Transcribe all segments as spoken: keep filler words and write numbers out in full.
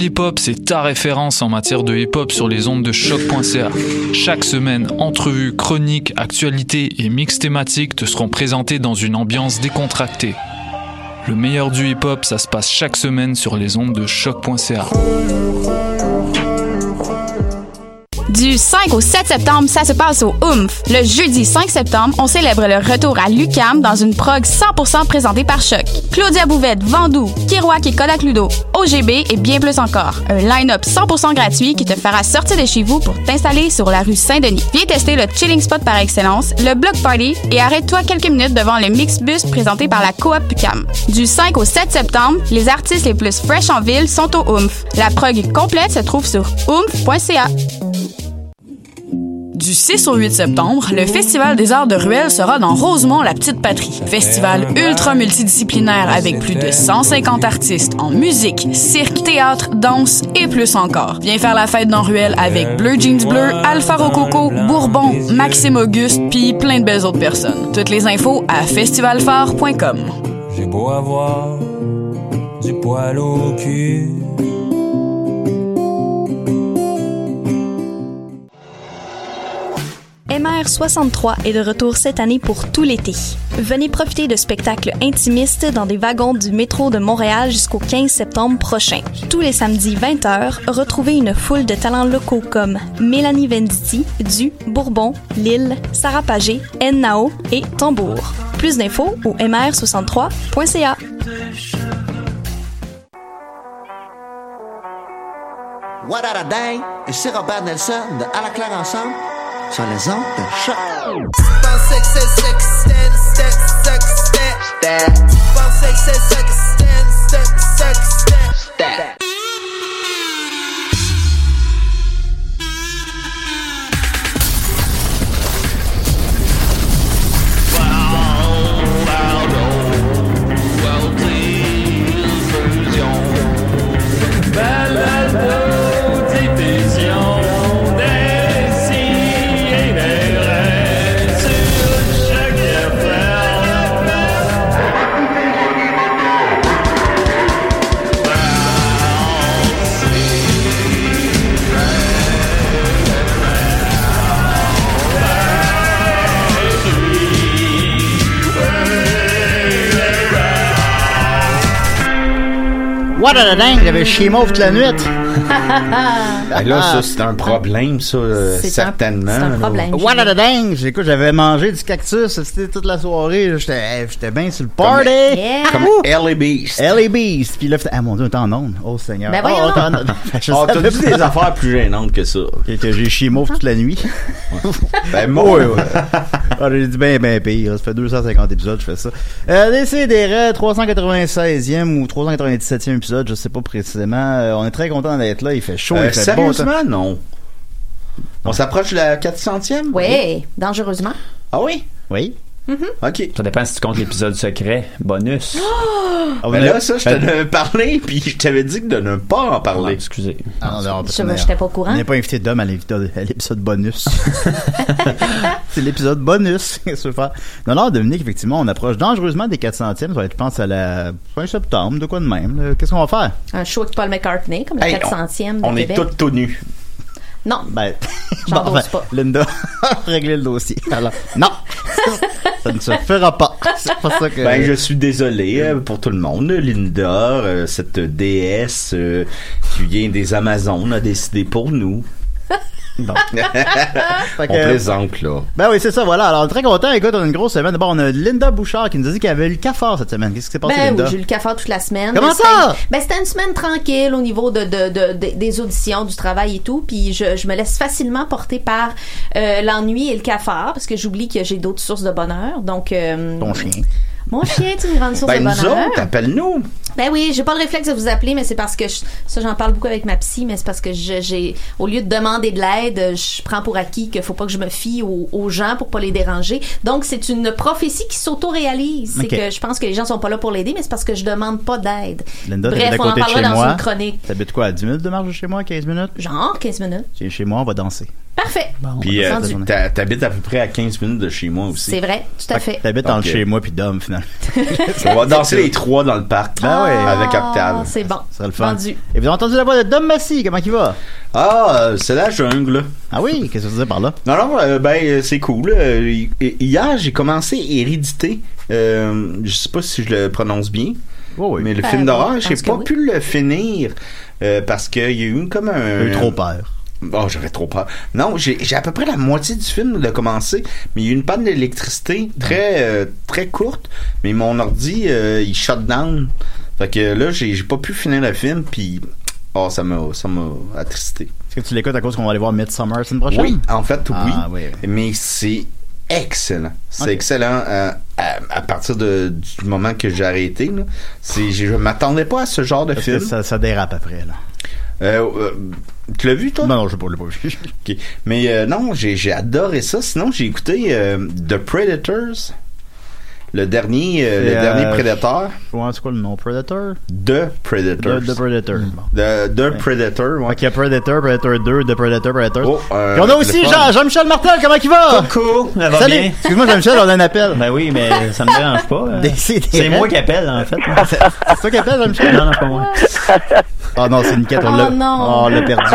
Hip-Hop, c'est ta référence en matière de hip-hop sur les ondes de choc point c a. Chaque semaine, entrevues, chroniques, actualités et mix thématiques te seront présentés dans une ambiance décontractée. Le meilleur du hip-hop, ça se passe chaque semaine sur les ondes de choc point c a. Du cinq au sept septembre, ça se passe au Oomph. Le jeudi cinq septembre, on célèbre le retour à l'U Q A M dans une prog cent pour cent présentée par Choc. Claudia Bouvette, Vandou, Kerouac et Kodak Ludo, O G B et bien plus encore. Un line-up cent pour cent gratuit qui te fera sortir de chez vous pour t'installer sur la rue Saint-Denis. Viens tester le chilling spot par excellence, le Block Party, et arrête-toi quelques minutes devant le Mixbus présenté par la Coop U Q A M. Du cinq au sept septembre, les artistes les plus fresh en ville sont au Oomph. La prog complète se trouve sur oomph point c a. Du six au huit septembre, le Festival des Arts de Ruelle sera dans Rosemont, la petite patrie. Festival ultra multidisciplinaire avec plus de cent cinquante artistes en musique, cirque, théâtre, danse et plus encore. Viens faire la fête dans Ruelle avec Bleu Jeans Bleu, Alpha Rococo, Bourbon, Maxime Auguste puis plein de belles autres personnes. Toutes les infos à festival phare point com. J'ai beau avoir du poil au cul. M R soixante-trois est de retour cette année pour tout l'été. Venez profiter de spectacles intimistes dans des wagons du métro de Montréal jusqu'au quinze septembre prochain. Tous les samedis vingt heures, retrouvez une foule de talents locaux comme Mélanie Venditti, Du, Bourbon, Lille, Sarah Pagé, N-Nao et Tambour. Plus d'infos au m r soixante-trois point c a. What a dang! Et c'est Robert Nelson de À la claire ensemble sur les ondes de Choc. What a dingue, j'avais chié mauve toute la nuit. Ben là, ça, c'est un problème, ça, c'est certainement. Un, c'est un problème. What a dingue, écoute, j'avais mangé du cactus, c'était toute la soirée, j'étais, j'étais bien sur le party. Comme, yeah. Comme Ellie Beast. Ellie Beast. Puis là, ah mon Dieu, on est en onde. Oh Seigneur. Ben voyons. Oh, t'en onde. Oh, t'as dit des affaires plus gênantes que ça. Que, que j'ai chié mauve toute la nuit. Ben moi, ouais, ouais. Ah, j'ai dit ben, ben pire. Ça fait deux cent cinquante épisodes, je fais ça. Euh, Décidérez, trois cent quatre-vingt-seizième ou trois cent quatre-vingt-dix-septième épisode, je sais pas précisément. Euh, on est très content d'être là. Il fait chaud, euh, il fait sérieusement, bon. Sérieusement, non. On s'approche de la quatre centième? Oui, oui, dangereusement. Ah oui? Oui. Mm-hmm. OK. Ça dépend si tu comptes l'épisode secret. Bonus. Oh! Ah, ben là, ça, je t'en avais parlé, puis je t'avais dit de ne pas en parler. Ah, excusez. Ah, non, non, je n'étais pas au courant. On n'est pas invité d'homme à l'épisode bonus. C'est l'épisode bonus. Non, non, Dominique, effectivement, on approche dangereusement des quatre centièmes. Ça va être, je pense, à la fin septembre, de quoi de même. Qu'est-ce qu'on va faire? Un show avec Paul McCartney, comme le hey, quatre centième de on Québec. On est tous tout nus. Non. Ben, j'en bon, dose ben, pas. Linda a réglé le dossier. Alors, non! Ça ne se fera pas. C'est pas ça que... Ben, je suis désolé euh, pour tout le monde. Linda, euh, cette déesse euh, qui vient des Amazones, a décidé pour nous. Bon. On plaisante, là. Ben oui, c'est ça, voilà. Alors, très content. Écoute, on a une grosse semaine. D'abord, on a Linda Bouchard qui nous a dit qu'elle avait eu le cafard cette semaine. Qu'est-ce qui s'est passé, ben, Linda? Oui, j'ai eu le cafard toute la semaine. Comment c'était ça? Une, ben, c'était une semaine tranquille au niveau de, de, de, de des auditions, du travail et tout. Puis je, je me laisse facilement porter par euh, l'ennui et le cafard parce que j'oublie que j'ai d'autres sources de bonheur. Donc, euh, ton chien. Mon chien est une grande source ben, de bonheur. Ben, nous autres, appelle-nous. Ben oui, j'ai pas le réflexe de vous appeler, mais c'est parce que je, ça, j'en parle beaucoup avec ma psy, mais c'est parce que je, j'ai, au lieu de demander de l'aide, je prends pour acquis qu'il faut pas que je me fie aux, aux gens pour pas les déranger. Donc, c'est une prophétie qui s'auto-réalise. Okay. C'est que je pense que les gens sont pas là pour l'aider, mais c'est parce que je demande pas d'aide. Linda, bref, on en parlera dans moi. une chronique. T'habites quoi, à dix minutes de marche de chez moi, quinze minutes? Genre, quinze minutes. Chez moi, on va danser. Parfait. Bon, Puis euh, Entendu. t'a- t'habites à peu près à quinze minutes de chez moi aussi. C'est vrai, tout à fait. T'habites Donc, entre euh, chez moi puis Dom, finalement. On va danser les trois dans le parc. Ben ouais. Avec Octave. Ah, c'est bon. Ça serait le fun. Vendu. Et vous avez entendu la voix de Dom Massy, comment il va? Ah, euh, c'est la jungle. Ah oui, qu'est-ce que tu disais par là? Non, non, euh, ben, euh, c'est cool. Euh, hi- hier, j'ai commencé Hérédité. Euh, je sais pas si je le prononce bien. Oh oui. Mais le Ben, film oui, d'horreur, je j'ai pense que pas oui. pu le finir euh, parce qu'il y a eu comme un... J'ai eu trop peur. Oh, j'avais trop peur. Non, j'ai, j'ai à peu près la moitié du film de commencer, mais il y a eu une panne d'électricité très euh, très courte, mais mon ordi, euh, il shut down. Fait que là, j'ai, j'ai pas pu finir le film, puis oh, ça m'a, ça m'a attristé. Est-ce que tu l'écoutes à cause qu'on va aller voir Midsommar la semaine prochaine? Oui, en fait, oui. Ah, oui, oui. Mais c'est excellent. C'est Ok. excellent euh, à, à partir de, du moment que j'ai arrêté. Là. C'est, je m'attendais pas à ce genre de Parce film. que ça, ça dérape après, là. Euh, euh, tu l'as vu, toi? Non, non, je l'ai pas, je l'ai pas vu. Ok. Mais euh, non, j'ai, j'ai adoré ça. Sinon, j'ai écouté euh, The Predators. Le dernier, euh, le C'est, dernier euh, Predator. Ouais, c'est quoi le nom? Predator? The Predators. The, The Predator. Bon. The, The Predator, ouais. Ok, il y a Predator, Predator deux, The Predator, Predator. Oh, euh, Puis on a aussi le fun. Jean, Jean-Michel Martel, comment il va? Coucou, ça va Salut! bien? Excuse-moi, Jean-Michel, on a un appel. Ben oui, mais ça me dérange pas. euh. Décidément. C'est moi qui appelle, en fait. C'est c'est toi qui appelle, Jean-Michel? Non, non, c'est pas moi. Oh non, c'est une quête, on Oh l'a. non. Oh, on l'a perdu.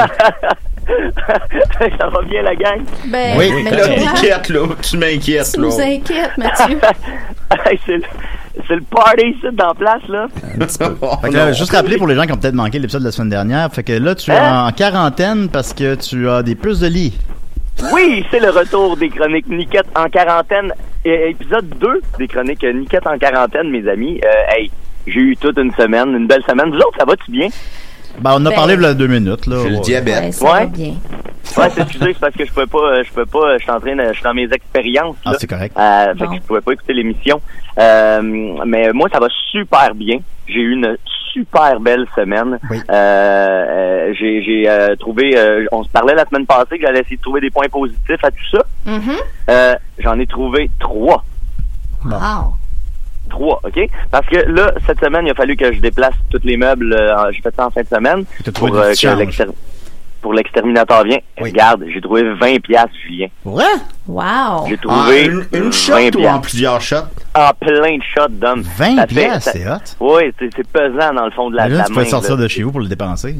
Ça va bien, la gang? Ben, Oui, mais Là, toi, t'inquiètes, là. Tu m'inquiètes, tu là. nous inquiètes, Mathieu. Hey, c'est, le, c'est le party ici dans la place, là. Oh, Fait que là, non. juste rappeler pour les gens qui ont peut-être manqué l'épisode de la semaine dernière. Fait que là, tu es Hein? en quarantaine parce que tu as des puces de lit. Oui, c'est le retour des chroniques Niquette en quarantaine. Euh, épisode deux des chroniques euh, Niquette en quarantaine, mes amis. Euh, hey, j'ai eu toute une semaine, une belle semaine. Vous autres, ça va-tu bien? Ben, on en a Ben, parlé il y a deux minutes, là. J'ai le Ouais. diabète. Ouais, ça Ouais. va bien. Ouais, c'est excusez, c'est parce que je pouvais pas, euh, je pouvais pas, euh, je suis en train de, je suis dans mes expériences, Ah, là. c'est correct. Euh, fait Bon. que je pouvais pas écouter l'émission. Euh, mais moi, ça va super bien. J'ai eu une super belle semaine. Oui. Euh, euh, j'ai j'ai euh, trouvé, euh, on se parlait la semaine passée que j'allais essayer de trouver des points positifs à tout ça. Mhm. Euh, j'en ai trouvé trois. Wow. Trois, OK? Parce que là, cette semaine, il a fallu que je déplace tous les meubles. euh, j'ai fait ça en fin de semaine. T'as trouvé Pour, des euh, petits que changes. l'exter- pour l'exterminateur vient. Oui. Regarde, j'ai trouvé vingt piastres, Julien. Pour vrai? Wow. J'ai Ah, trouvé une, une shot vingt ou en piastres. plusieurs shots? En plein de shots d'hommes. vingt Ça fait- piastres, ça- c'est hot. Oui, c'est, c'est pesant dans le fond de la, de Imagine, la tu peux main. sortir là. de chez vous pour le dépenser.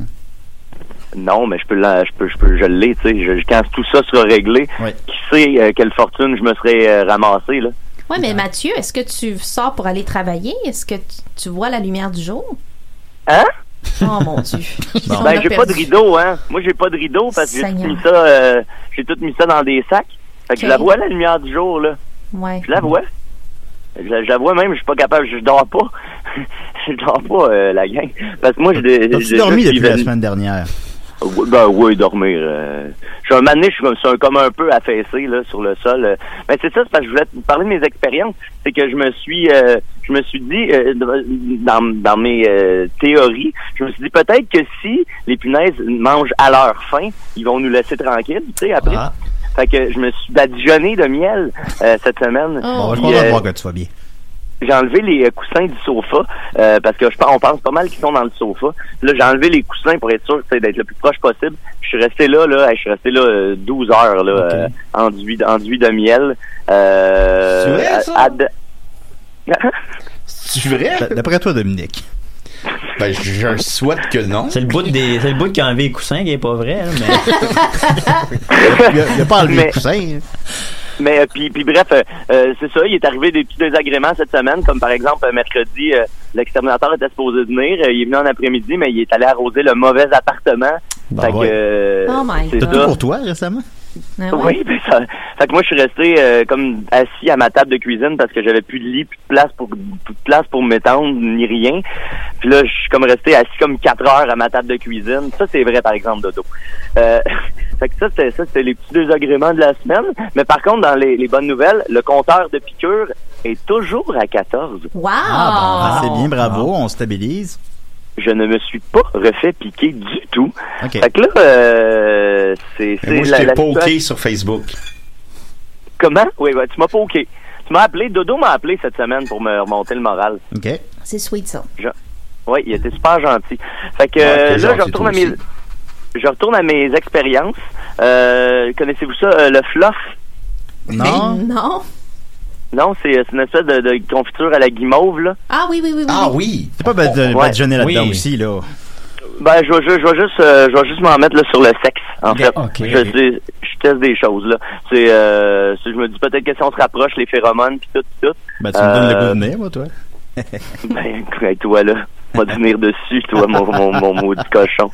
Non, mais je peux, la, je peux, je peux, je l'ai, tu sais. Je- Quand tout ça sera réglé, Oui. qui sait euh, quelle fortune je me serais euh, ramassé, là. Ouais, mais Mathieu, est-ce que tu sors pour aller travailler? Est-ce que tu, tu vois la lumière du jour? Hein? Oh mon Dieu. On Ben, a j'ai perdu. pas de rideau, hein. Moi, j'ai pas de rideau parce que j'ai tout Seigneur. mis ça, euh, j'ai tout mis ça dans des sacs. Fait que Ok. je la vois, la lumière du jour, là. Ouais. Je la vois. Je la, je la vois même, je suis pas capable, je dors pas. je dors pas, euh, la gang. Parce que moi, je, je, T'as-tu je- dormi je depuis la suivais- semaine dernière? Oui, ben oui, dormir. Euh, je suis un moment donné, je suis comme, c'est un- comme un peu affaissé là sur le sol. euh. Mais c'est ça, c'est parce que je voulais te parler de mes expériences. C'est que je me suis, euh, je me suis dit euh, dans, dans mes euh, théories, je me suis dit peut-être que si les punaises mangent à leur faim, ils vont nous laisser tranquilles, tu sais, après. Ah. Fait que je me suis badigeonné de miel euh, cette semaine. Bon, je Puis, pense euh, voir que tu vas bien. j'ai enlevé les euh, coussins du sofa euh, parce que je pense, on pense pas mal qu'ils sont dans le sofa. Là, j'ai enlevé les coussins pour être sûr tu sais, d'être le plus proche possible. Je suis resté là, là, je suis resté là euh, douze heures là, Ok. euh, enduit, enduit de miel. Euh, C'est vrai, ça? à- à de- C'est vrai? D- D'après toi, Dominique. Ben, je je souhaite que non. C'est le bout des, c'est le bout qui a enlevé les coussins qui est pas vrai, là, mais. Il a, il a pas enlevé Mais- le coussin. Mais euh, puis, puis bref, euh, euh, c'est ça, il est arrivé des petits désagréments cette semaine, comme par exemple euh, mercredi, euh, l'exterminateur était supposé venir, euh, il est venu en après-midi, mais il est allé arroser le mauvais appartement. Bon, fait que, ouais. euh, Oh my c'est T'as God. tout ça. pour toi récemment? Ah ouais? Oui, ben ça. Fait que moi, je suis resté euh, comme assis à ma table de cuisine parce que j'avais plus de lit, plus de place pour plus de place pour m'étendre ni rien. Puis là, je suis comme resté assis comme quatre heures à ma table de cuisine. Ça, c'est vrai, par exemple, Dodo. Euh, fait que ça, c'était ça, c'était les petits désagréments de la semaine. Mais par contre, dans les, les bonnes nouvelles, le compteur de piqûres est toujours à quatorze. Wow! Ah, bon, c'est bien, bravo, on stabilise. Je ne me suis pas refait piquer du tout. OK. Fait que là, euh, c'est c'est Moi, je la, t'ai la poké situation- sur Facebook. Comment? Oui, ouais, tu m'as poké. Tu m'as appelé, Dodo m'a appelé cette semaine pour me remonter le moral. OK. C'est sweet, ça. Oui, il était super gentil. Fait que Ouais, euh, t'es là, gentil, je retourne toi à mes aussi. je retourne à mes expériences. Euh, connaissez-vous ça, euh, le fluff? Non. Non. Non, c'est, c'est une espèce de, de confiture à la guimauve, là. Ah oui, oui, oui, oui. Ah oui. C'est pas Bad Ouais. Badigeonner là-dedans Oui. aussi, là. Ben, je vais, je, je vais juste, euh, je vais juste m'en mettre là, sur le sexe, en Ok, fait. ok, je, ok. sais- je teste des choses, là. C'est, euh, c'est- je me dis peut-être que si on se rapproche, les phéromones, pis tout, pis tout. Ben, tu me donnes le Euh, goût de venir, moi, toi. Ben, hey, toi, là, va te venir dessus, toi, mon, mon, mon maudit cochon.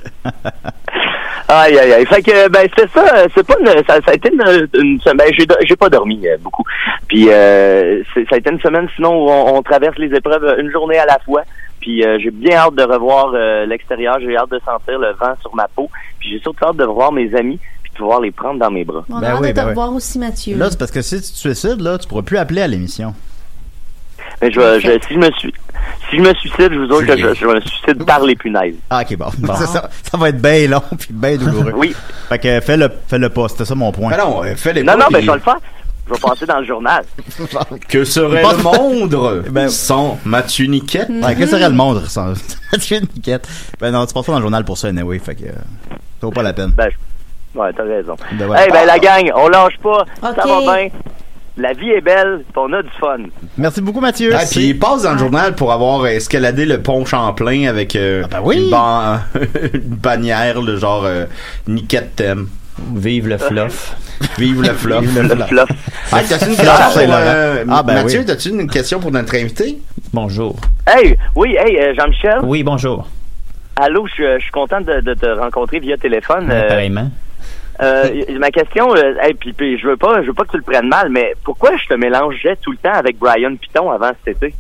Aïe, aïe, aïe. Fait que, ben, c'était ça, euh, c'est pas une, ça, ça a été une, une semaine, ben, j'ai, j'ai pas dormi euh, beaucoup. Puis, euh, c'est, ça a été une semaine, sinon, où on, on traverse les épreuves une journée à la fois. Puis, euh, j'ai bien hâte de revoir euh, l'extérieur, j'ai hâte de sentir le vent sur ma peau. Puis, j'ai surtout hâte de revoir mes amis, puis de pouvoir les prendre dans mes bras. On a Ben hâte oui, de te ben oui. revoir aussi, Mathieu. Là, c'est parce que si tu te suicides, là, tu pourras plus appeler à l'émission. Mais je, vais- je, si je me suis, si je me suicide, je vous jure que je, je me suicide par les punaises. Ah, ok, bon. ça, ça, ça va être bien long puis bien douloureux. Oui. Fait que fais-le, fais-le pas, c'était ça mon point. Ben non, euh, fais les Non, pas, non, ben, puis- je vais le faire. Je vais passer dans le journal. Que serait Pas- le monde Ben- sans Mathieu Niquette? Ouais, qu'est-ce que serait le monde sans Mathieu Niquette? Ben non, tu passes pas dans le journal pour ça, anyway, fait que euh, ça vaut pas la peine. Ben, je- ouais, t'as raison. Ben ouais. Hey, ben, la gang, on lâche pas. Ok. Ça va bien. La vie est belle, pis on a du fun. Merci beaucoup, Mathieu. Ah, puis il passe dans le journal pour avoir escaladé le pont Champlain avec euh, Ah ben oui. une, ban- une bannière, le genre euh, Niquette t'aime. Vive le fluff. Vive le fluff. Vive le Le fluff. fluff. Ah, t'as-tu une Fluff, question c'est pour, Laurent. euh, Ah, ben Mathieu, oui. t'as-tu une question pour notre invité? Bonjour. Hey, oui, hey, euh, Jean-Michel. Oui, bonjour. Allô, je, je suis content de, de te rencontrer via téléphone. Ouais, Euh, pareillement. euh, ma question, euh, hey, puis, puis je veux pas, je veux pas que tu le prennes mal, mais pourquoi je te mélangeais tout le temps avec Brian Piton avant cet été?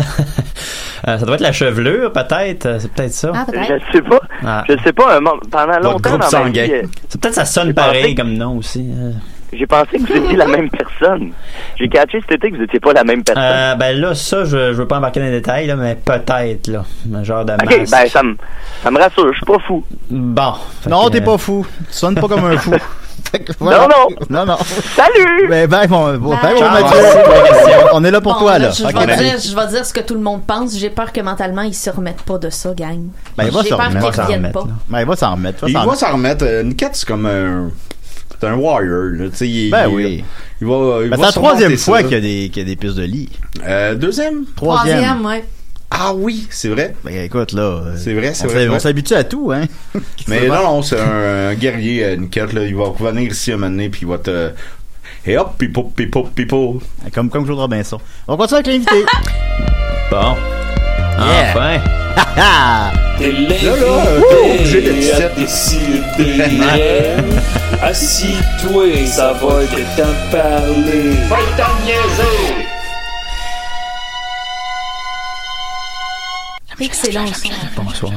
Euh, ça doit être la chevelure, peut-être. Euh, C'est peut-être ça. Ah, Je peut-être. sais pas. Ah. Je sais pas. un moment- pendant longtemps groupe dans ma sanguin. vie, euh, C'est peut-être ça sonne J'ai pareil pensé- comme nom aussi. euh. j'ai pensé que vous étiez la même personne. J'ai catché cet été que vous étiez pas la même personne. Euh, ben là, ça, je, je veux pas embarquer dans les détails, là, mais peut-être, là. Un genre de ok, masque. ben ça me, ça me rassure. Je suis pas fou. Bon. Fait Non, que, t'es euh, pas fou. Tu sonnes pas comme un fou. Fait que voilà. Non, non. Non, non. Salut. Ben, ben, bon, bon, ben, bon, Ciao. Mathieu. Merci pour la question. On est là pour Bon, toi, là. Je, Ok, je vais ben, dire, je vais dire ce que tout le monde pense. J'ai peur que mentalement, ils se remettent pas de ça, gang. Ben, il va J'ai s'en peur remettre. qu'ils s'en reviennent remettre, pas. là. Ben, il va s'en remettre. Il s'en va remettre. s'en remettre. Euh, Niquette, c'est comme un... C'est un warrior, là. Tu sais, il, Ben il- oui. Il va, il Ben, va c'est la troisième surmonter fois ça. qu'il y a des, qu'il y a des pistes de lit. Euh, deuxième? Troisième. Troisième, ouais. Ah oui, c'est vrai. Ben, écoute, là. euh, C'est vrai, c'est on vrai, s'est- c'est On vrai. s'habitue à tout, hein. Mais non, non, c'est un, un guerrier, euh, Niquette, là. Il va revenir ici un moment donné, puis il va te... Et hop, pipo, pipo, pipo. Comme, comme Claude Robinson. On continue avec l'invité. Bon. Yeah. Enfin. Ah! T'es Là, là, euh, t'es obligé d'être l'invité à ici. décider. Assis-toi, ça va être temps de parler. Va t'en niaiser! Excellent. Bonsoir.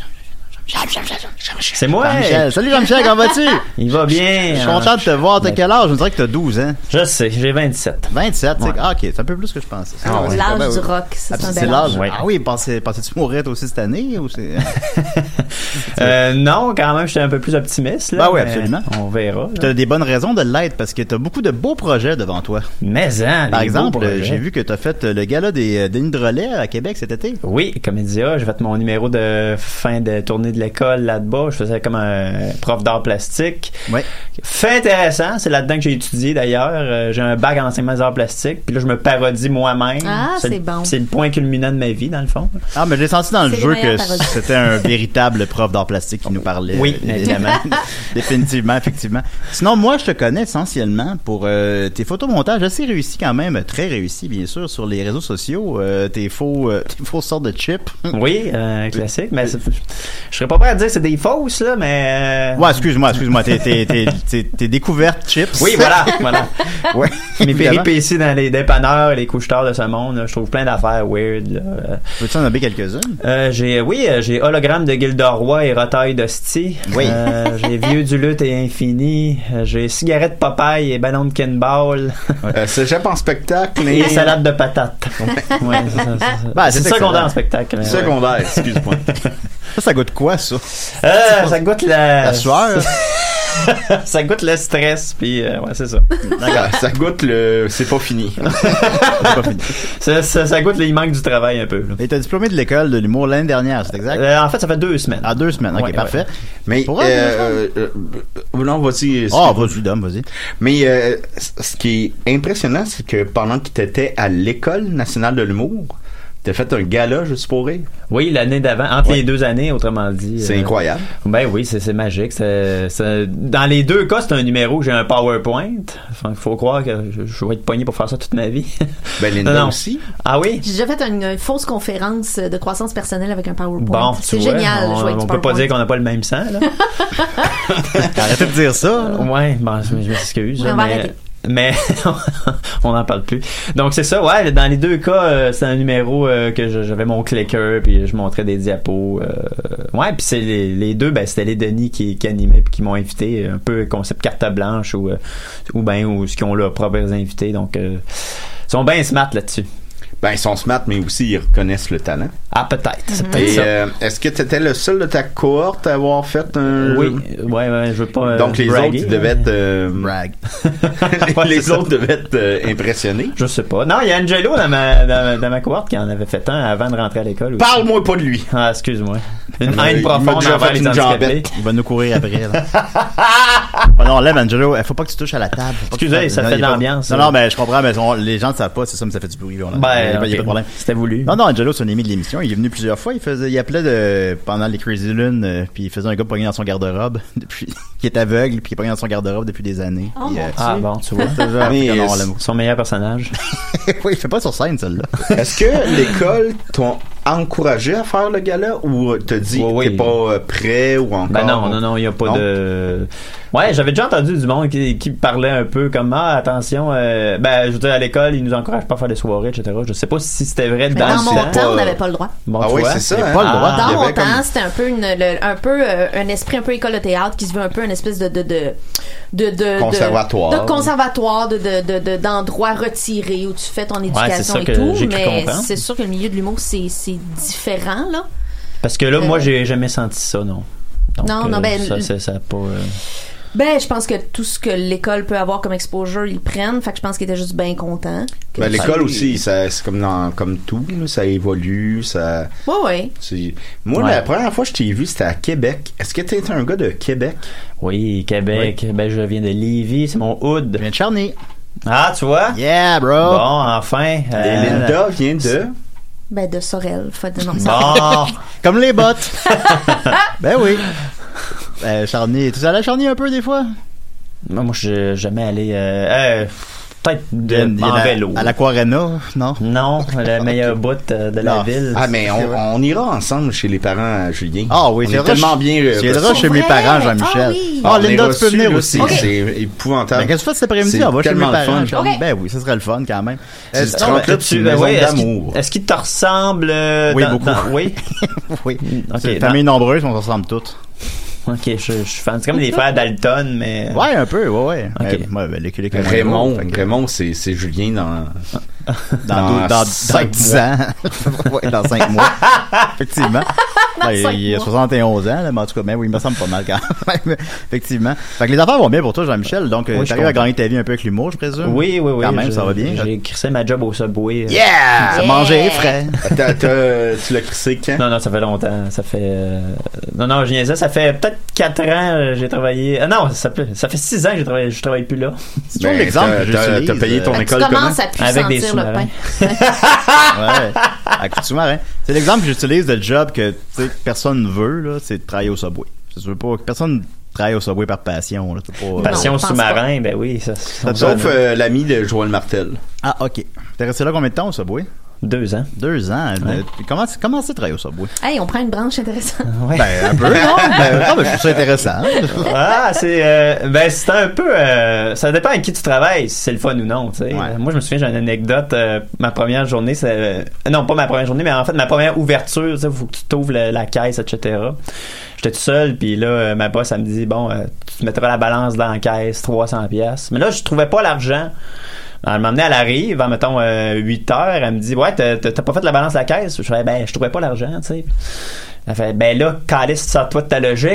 C'est moi. Jean-Michel. Salut Jean-Michel, comment vas-tu? Il va bien. Je suis content de te voir. T'as quel âge? Je me dirais que t'as douze ans. Je sais, j'ai vingt-sept. vingt-sept, c'est Ouais. ah, ok, c'est un peu plus que je pensais. Ah, ouais. L'âge Ben oui. du rock, Ah, c'est un c'est bel l'âge. âge. Ouais. Ah oui, pensais, pensais-tu mourir toi aussi cette année ou c'est. Euh, non, quand même, j'étais un peu plus optimiste. Là, Ben oui, mais absolument. On verra. là. T'as des bonnes raisons de l'être parce que t'as beaucoup de beaux projets devant toi. Mais, hein, Par les exemple, beaux projets. j'ai vu que t'as fait le gala des euh, Denis de Relais à Québec cet été. Oui, Comédia, j'ai fait mon numéro de fin de tournée de l'école là-bas. Je faisais comme un prof d'art plastique. Ouais. Fait intéressant, c'est là-dedans que j'ai étudié d'ailleurs. Euh, j'ai un bac en enseignement des arts plastiques, puis là je me parodie moi-même. Ah, c'est le- bon. C'est le point culminant de ma vie dans le fond. Ah, mais j'ai senti dans le C'est les jeu meilleures que parodies. c'était un véritable prof d'art plastique qui nous parlait. Oui, Euh, évidemment. Définitivement, effectivement. Sinon, moi, je te connais essentiellement pour euh, tes photomontages assez réussis quand même, très réussis bien sûr, sur les réseaux sociaux. Euh, tes faux, euh, tes fausses sortes de chips. Oui, euh, classique, mais c'est- je serais pas prêt à dire que c'est des fausses là, mais. euh, Ouais, excuse-moi, excuse-moi, tes, tes, tes, tes, tes découvertes chips. Oui, voilà, voilà. Ouais, Mes évidemment. péripéties dans les dépanneurs, les couche-tard de ce monde, là, je trouve plein d'affaires weird. Là. Euh, Peux-tu en nommer quelques-unes? Euh, j'ai, oui, euh, j'ai hologramme de Gilderoy et retaille d'hostie. Oui. Euh, j'ai vieux du lutte et infini. Euh, j'ai cigarette Popeye et ballon de Kinball. Euh, Cégep en spectacle Et et... salade de patates. ouais, c'est ça, c'est ça. Ben, c'est c'est secondaire excellent. en spectacle. mais ouais. Secondaire, excuse-moi. Ça, ça goûte quoi, ça? Euh, ça goûte la... La sueur? Ça goûte le stress, puis euh, ouais, c'est ça. D'accord, ça goûte le... C'est pas fini. C'est pas fini. Ça, ça, ça goûte le... Il manque du travail un peu. Là. Et t'as diplômé de l'école de l'humour l'année dernière, c'est exact? Euh, en fait, ça fait deux semaines. Ah, deux semaines, ok, ouais, parfait. Ouais. Mais, Pour euh, euh, euh, non, vas-y. Ah, oh, vas-y, Dom, vas-y. Mais euh, ce qui est impressionnant, c'est que pendant que t'étais à l'École nationale de l'humour, t'as fait un gala juste pour rire. Oui, l'année d'avant, entre ouais. les deux années, autrement dit. C'est euh, incroyable. Ben oui, c'est, c'est magique. C'est, c'est, dans les deux cas, c'est un numéro où j'ai un PowerPoint. Enfin, il faut croire que je, je vais être pogné pour faire ça toute ma vie. Ben Linda non, non. aussi. Ah oui? J'ai déjà fait une, une fausse conférence de croissance personnelle avec un PowerPoint. Bon, c'est vois, génial. On, jouer on du peut pas dire qu'on n'a pas le même sang, là. Arrêtez de dire ça. Ouais, bon, je, je m'excuse. On va arrêter. Mais on n'en parle plus. Donc c'est ça, ouais. Dans les deux cas, euh, c'est un numéro euh, que je, j'avais mon clicker puis je montrais des diapos. Euh, ouais, puis c'est les, les deux, ben c'était les Denis qui, qui animaient puis qui m'ont invité, un peu concept carte blanche ou euh, ou ben ou ce qu'ils ont leurs propres invités. Donc euh, ils sont bien smart là-dessus. Ben, ils sont smart, mais aussi ils reconnaissent le talent. Ah, peut-être. C'est Mm-hmm. peut-être Et ça. euh, est-ce que tu étais le seul de ta cohorte à avoir fait un... Oui, ouais, ouais, je veux pas. Euh, Donc les braguer, autres devaient être... Euh... Brag. les les autres devaient être euh, impressionnés. Je sais pas. Non, il y a Angelo dans ma, dans, dans ma cohorte qui en avait fait un avant de rentrer à l'école. Aussi. Parle-moi pas de lui. Ah, excuse-moi. Une Euh, haine il m'a profonde déjà envers fait les une handicapés. jambette. Il va nous courir après, là. Oh non, lève, Angelo. Il faut pas que tu touches à la table. Faut pas que Excusez, tu- ça non, fait il de y a pas- l'ambiance. Non, ça. non, mais je comprends, mais on- les gens ne savent pas, c'est ça, mais ça fait du bruit. On a, Ben, il y a, pas- il y a ok. pas de problème. C'était voulu. Non, non, Angelo, c'est un ami de l'émission. Il est venu plusieurs fois. Il faisait, il appelait de, pendant les Crazy Lune, euh, puis il faisait un gars pogné dans son garde-robe, depuis, qui est aveugle, puis qui est pogné dans son garde-robe depuis des années. Oh, Puis, mon euh, Ah bon, tu vois. c'est genre, Mais, puis, non, euh, l'amour. Son meilleur personnage. Oui, il fait pas sur scène, celle-là. Est-ce que l'école t'ont encouragé à faire le gala ou te dit Oui, que oui. t'es pas euh, prêt ou encore? Ben non, non, non, il y a pas Non? de. Ouais, j'avais déjà entendu du monde qui, qui parlait un peu comme ah attention, euh, ben je veux dire à l'école ils nous encouragent pas à faire des soirées, et cetera. Je sais pas si c'était vrai Mais dans, dans le mon temps. temps, on n'avait pas le droit. Bon, Ah tu oui, vois. c'est ça. Il y a hein? pas le droit. Il y Dans mon avait temps, comme- c'était un peu une, le- un peu euh, un esprit un peu école de théâtre qui se veut un peu une espèce de de de de, de Conservatoire. de, de conservatoire, de de de de- d'endroit retiré où tu fais ton éducation ça et que tout. j'ai cru Mais comprendre. c'est sûr que le milieu de l'humour c'est c'est différent là. Parce que là, Euh, moi, j'ai jamais senti ça, non. Donc, Non, non, ben, ça, l- c'est, ça a pas. euh, Ben, je pense que tout ce que l'école peut avoir comme exposure, ils le prennent. Fait que je pense qu'ils étaient juste bien contents. que- Ben, l'école aussi, ça, c'est comme dans, comme tout, là, ça évolue, ça. Ouais, ouais. c'est- Moi, Ouais. la première fois que je t'ai vu, c'était à Québec. Est-ce que t'es un gars de Québec? Oui, Québec. Ben, je viens de Lévis, c'est mon hood. Je viens de Charny. Ah, tu vois? Yeah, bro. Bon, enfin. Et euh, Linda vient de. Ben, de Sorel. Fait de non, ça- Bon. Comme les bottes. Ben oui. Euh, Charny. Tu allais à Charny un peu, des fois? Moi, moi, je suis jamais allé. Euh, euh, peut-être de, Il y a- il y a en la- vélo. À l'Aquarena, non? Non, le meilleur bout euh, de la Non. ville. Ah, mais on, on ira ensemble chez les parents à Julien. Ah oui, on c'est est vrai, tellement je- bien. euh, Tu viendras reçus. chez mes vrai? parents, Jean-Michel. Ah oui. Ah, On est Linda, tu peux reçus, venir là, aussi. C'est c'est épouvantable. Ben, qu'est-ce que tu fais cet après-midi? C'est On va chez mes tellement le parents. fun. Charny. Ok. Ben oui, ça serait le fun quand même. Tu Euh, te non, rentres ben, là, Tu- c'est une ben maison oui, est-ce d'amour. qu'il, est-ce qu'il te ressemble euh, Oui, dans- beaucoup. dans- oui. oui. Ok, C'est une dans- famille nombreuse, on se ressemble toutes. Ok, je, je suis fan. C'est comme les frères Dalton, mais. Ouais, un peu, ouais, ouais. Ok. Euh, ouais, ben, les les- les- Raymond, fait que- Raymond, c'est c'est Julien dans. dans, Dans dans, dans, cinq dix ans. Ouais, dans cinq mois. Effectivement. Ben, il, cinq il a mois. soixante et onze ans, là, mais en tout cas, ben oui, il me semble pas mal quand même. Effectivement. Fait que les affaires vont bien pour toi, Jean-Michel. Donc, euh, Oui, je t'arrives à comprends. gagner ta vie un peu avec l'humour, je présume? Oui, oui, oui. Quand même, je- ça va bien. J'ai crissé ma job au Subway. euh. Yeah! Ça Yeah! mangeait frais. T'as- t'as- Tu l'as crissé quand? Non, non, ça fait longtemps. Ça fait. euh, Non, non, je niaisais. Ça fait peut-être quatre ans euh, j'ai travaillé. Ah non, ça fait, ça fait six ans que j'ai travaillé, je travaille plus là. C'est toujours Ben, l'exemple t'as- que t'as- j'utilise. t'as payé ton euh, Fait que tu école comment? commences à plus Avec des sentir le sous-marins. pain. Ouais. À coup de sous-marin. C'est l'exemple que j'utilise de job que, tu sais, personne ne veut, là, c'est de travailler au Subway. Je veux pas, personne travaille au Subway par passion, là. C'est pas, Passion je pense sous-marin, ben oui. Ça, ça- Sauf euh, l'ami de Joël Martel. Ah, ok. T'es resté là combien de temps au Subway? Deux ans. Deux ans. Ouais. Euh, Comment, comment c'est de travailler au Subway? Hey, on prend une branche intéressante. Ouais. Ben, un peu, non? Ben, non, mais je trouve ça intéressant. Ah, c'est euh, ben c'est un peu euh, ça dépend avec qui tu travailles, si c'est le fun ou non, tu sais. Ouais. Euh, Moi je me souviens, j'ai une anecdote, euh, ma première journée, c'est euh, non pas ma première journée, mais en fait ma première ouverture, tu sais, faut que tu t'ouvres le- la caisse, et cetera. J'étais tout seul, puis là euh, ma boss elle me dit bon, euh, tu mettras la balance dans la caisse, trois cents pièces. Mais là je trouvais pas l'argent. Elle m'emmenait à la rive, en mettons euh, huit heures, elle me dit ouais, t'as, t'as t'as pas fait la balance de la caisse? Je fais ben je trouvais pas l'argent, tu sais. Elle fait ben là, calice, sors-toi de ta logique.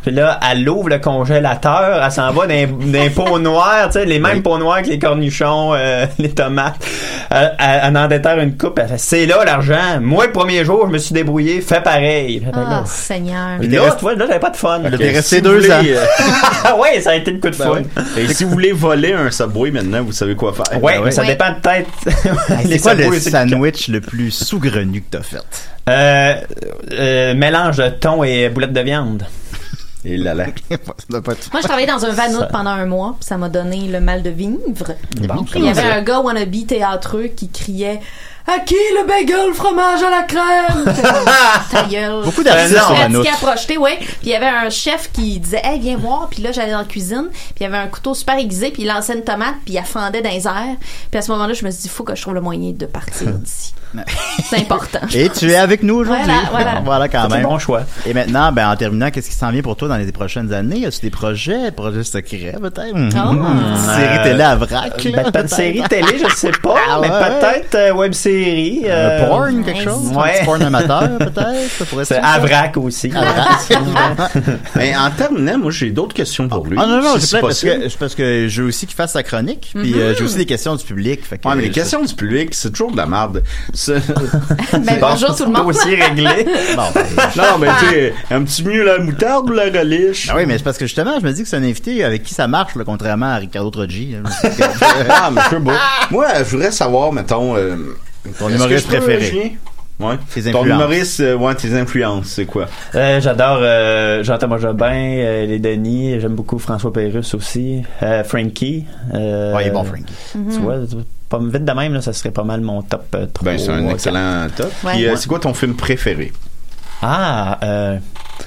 Puis là, elle ouvre le congélateur, elle s'en va dans des pots noirs, tu sais, les mêmes oui. pots noirs que les cornichons, euh, les tomates. Elle, elle, elle en déterre une coupe, elle fait, c'est là l'argent. Moi, le premier jour, je me suis débrouillé, fais pareil. Ah, oh, Seigneur. Puis là, tu vois, là, j'avais pas de fun. Okay. T'es resté si deux voulez, ans. Euh... ouais, ça a été le coup de ben fun. Ouais. Et si vous voulez voler un Subway maintenant, vous savez quoi faire. Ouais, ben mais ouais. ça oui. dépend peut-être. C'est quoi le sandwich le plus saugrenu que t'as fait? Euh, euh, mélange de thon et boulette de viande. Et là, là. Moi, je travaillais dans un vanout pendant un mois, puis ça m'a donné le mal de vivre. Bon, il y avait un gars wannabe théâtreux qui criait à qui le bagel fromage à la crème? Ta gueule. Beaucoup d'artistes en vanout. Qui a projeté, ouais. Puis il y avait un chef qui disait hey, viens voir. Puis là, j'allais dans la cuisine. Puis il y avait un couteau super aiguisé. Puis il lançait une tomate. Puis il fendait dans les airs. Puis à ce moment-là, je me suis dit, faut que je trouve le moyen de partir d'ici. C'est important. Et tu es avec nous aujourd'hui. Voilà, voilà. Voilà quand c'est même. un bon choix. Et maintenant, ben, en terminant, qu'est-ce qui s'en vient pour toi dans les prochaines années? As-tu des projets? Projets secrets, peut-être? Oh. Mmh. Série télé à vrac? Ben, pas de série télé, je sais pas. Ah, mais ouais. peut-être euh, web série. Euh, euh, porn, quelque chose? Ouais. Un petit porn amateur, peut-être? Ça pourrait c'est à vrac aussi. À vrac. Mais en terminant, moi, j'ai d'autres questions pour lui. Ah non, non, si c'est parce que, parce que je veux aussi qu'il fasse sa chronique. Puis mm-hmm. euh, j'ai aussi des questions du public. Fait que, ouais, mais les questions du public, c'est toujours de la merde. Ben, bonjour tout le monde. aussi réglé. Bon, ben, non, mais tu sais, un petit mieux la moutarde ou la relish? Ah oui, mais c'est parce que justement, je me dis que c'est un invité avec qui ça marche, là, contrairement à Ricardo Troggi. Ah, mais je sais pas. Moi, je voudrais savoir, mettons, euh, ton humoriste préféré. Ouais. Tes Ton humoriste, euh, ouais, tes influences, c'est quoi? Euh, j'adore euh, Jean-Thomas Jobin, euh, les Denis, j'aime beaucoup François Pérusse aussi, euh, Frankie. Euh, ouais, il est bon, Frankie. Mm-hmm. Tu vois, pas vite de même, là, ça serait pas mal mon top euh, trois. Ben, c'est un excellent top. Ouais. Puis, euh, ouais. c'est quoi ton film préféré? Ah, euh,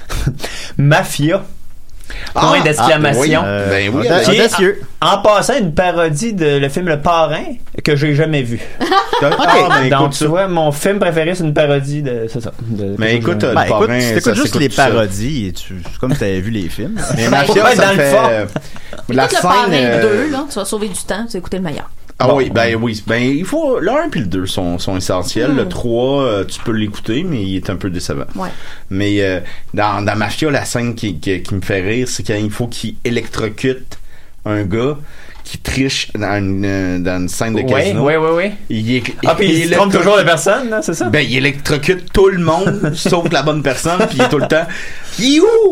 Mafia. Point ah, d'exclamation. Ah, ben oui, euh, ben oui audacieux. En, en passant, une parodie de le film Le Parrain que j'ai jamais vu. Okay. Ah, ben, donc tu vois, mon film préféré c'est une parodie de c'est ça. De, mais écoute, de, le ben, Parrain, écoute, t'écoutes juste les ça. parodies et tu comme tu avais vu les films. Mais Mafia, ça dans fait, le fond. Euh, la scène, le Parrain euh... deux, là, tu vas sauver du temps, tu vas écouter le meilleur. Ah bon, oui, ben oui, ben il faut le un puis le deux sont sont essentiels. Mm. Le trois, euh, tu peux l'écouter, mais il est un peu décevant. Ouais. Mais euh, dans dans Mafia, la scène qui qui, qui me fait rire, c'est quand il faut qu'il électrocute un gars qui triche dans une dans une scène de casino. Oui, oui, oui, oui. Il est, ah puis il, il trompe toujours la personne, là, c'est ça? Ben il électrocute tout le monde sauf la bonne personne, puis il est tout le temps You!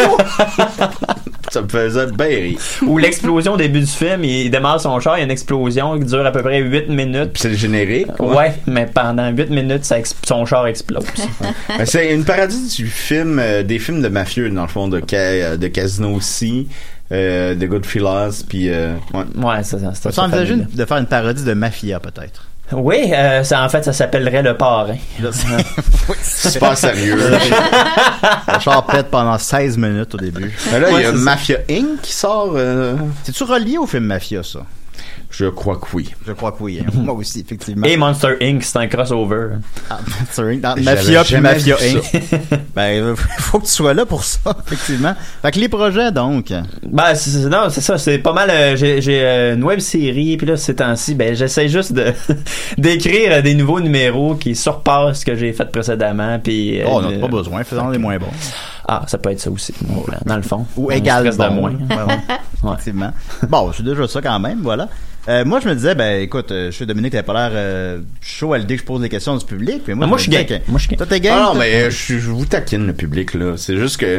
Ça me faisait bien rire. Ou l'explosion au début du film, il démarre son char, il y a une explosion qui dure à peu près huit minutes. Puis c'est le générique. Ouais, ouais mais pendant huit minutes, ça exp- son char explose. Ben, c'est une parodie du film, euh, des films de mafieux, dans le fond, de, ca- de Casino aussi. Euh, de Goodfellas, puis euh, ouais. Ouais, ça, ça, ça. Tu envisages de faire une parodie de Mafia, peut-être? Oui, euh, ça, en fait, ça s'appellerait Le Parrain. C'est pas sérieux. Le char pète pendant seize minutes au début. Mais là, il ouais, y a Mafia ça. Incorporated qui sort. Euh... C'est-tu relié au film Mafia, ça? Je crois que oui. Je crois que oui. Hein. Moi aussi, effectivement. Et Monster Incorporated, c'est un crossover. Ah, Monster Incorporated. Mafia puis Mafia Incorporated. Ben, faut que tu sois là pour ça, effectivement. Fait que les projets, donc. Ben, c'est, non, c'est ça. C'est pas mal. Euh, j'ai, j'ai euh, une web série, puis là, ces temps-ci, ben, j'essaie juste de d'écrire euh, des nouveaux numéros qui surpassent ce que j'ai fait précédemment. Puis. Euh, oh, on n'a pas besoin. Faisons les moins bons. Ah, ça peut être ça aussi, dans le fond. Ou égal bon. De moins. Ouais, ouais. Effectivement. Bon, c'est déjà ça quand même, voilà. Euh, moi, je me disais, ben, écoute, euh, je sais, Dominique, t'avais pas l'air euh, chaud à l'idée que je pose des questions du public. Mais moi, ah, moi je suis gay. Que... Moi, je suis gay. Toi, t'es game? Ah non, mais je, je vous taquine, le public, là. C'est juste que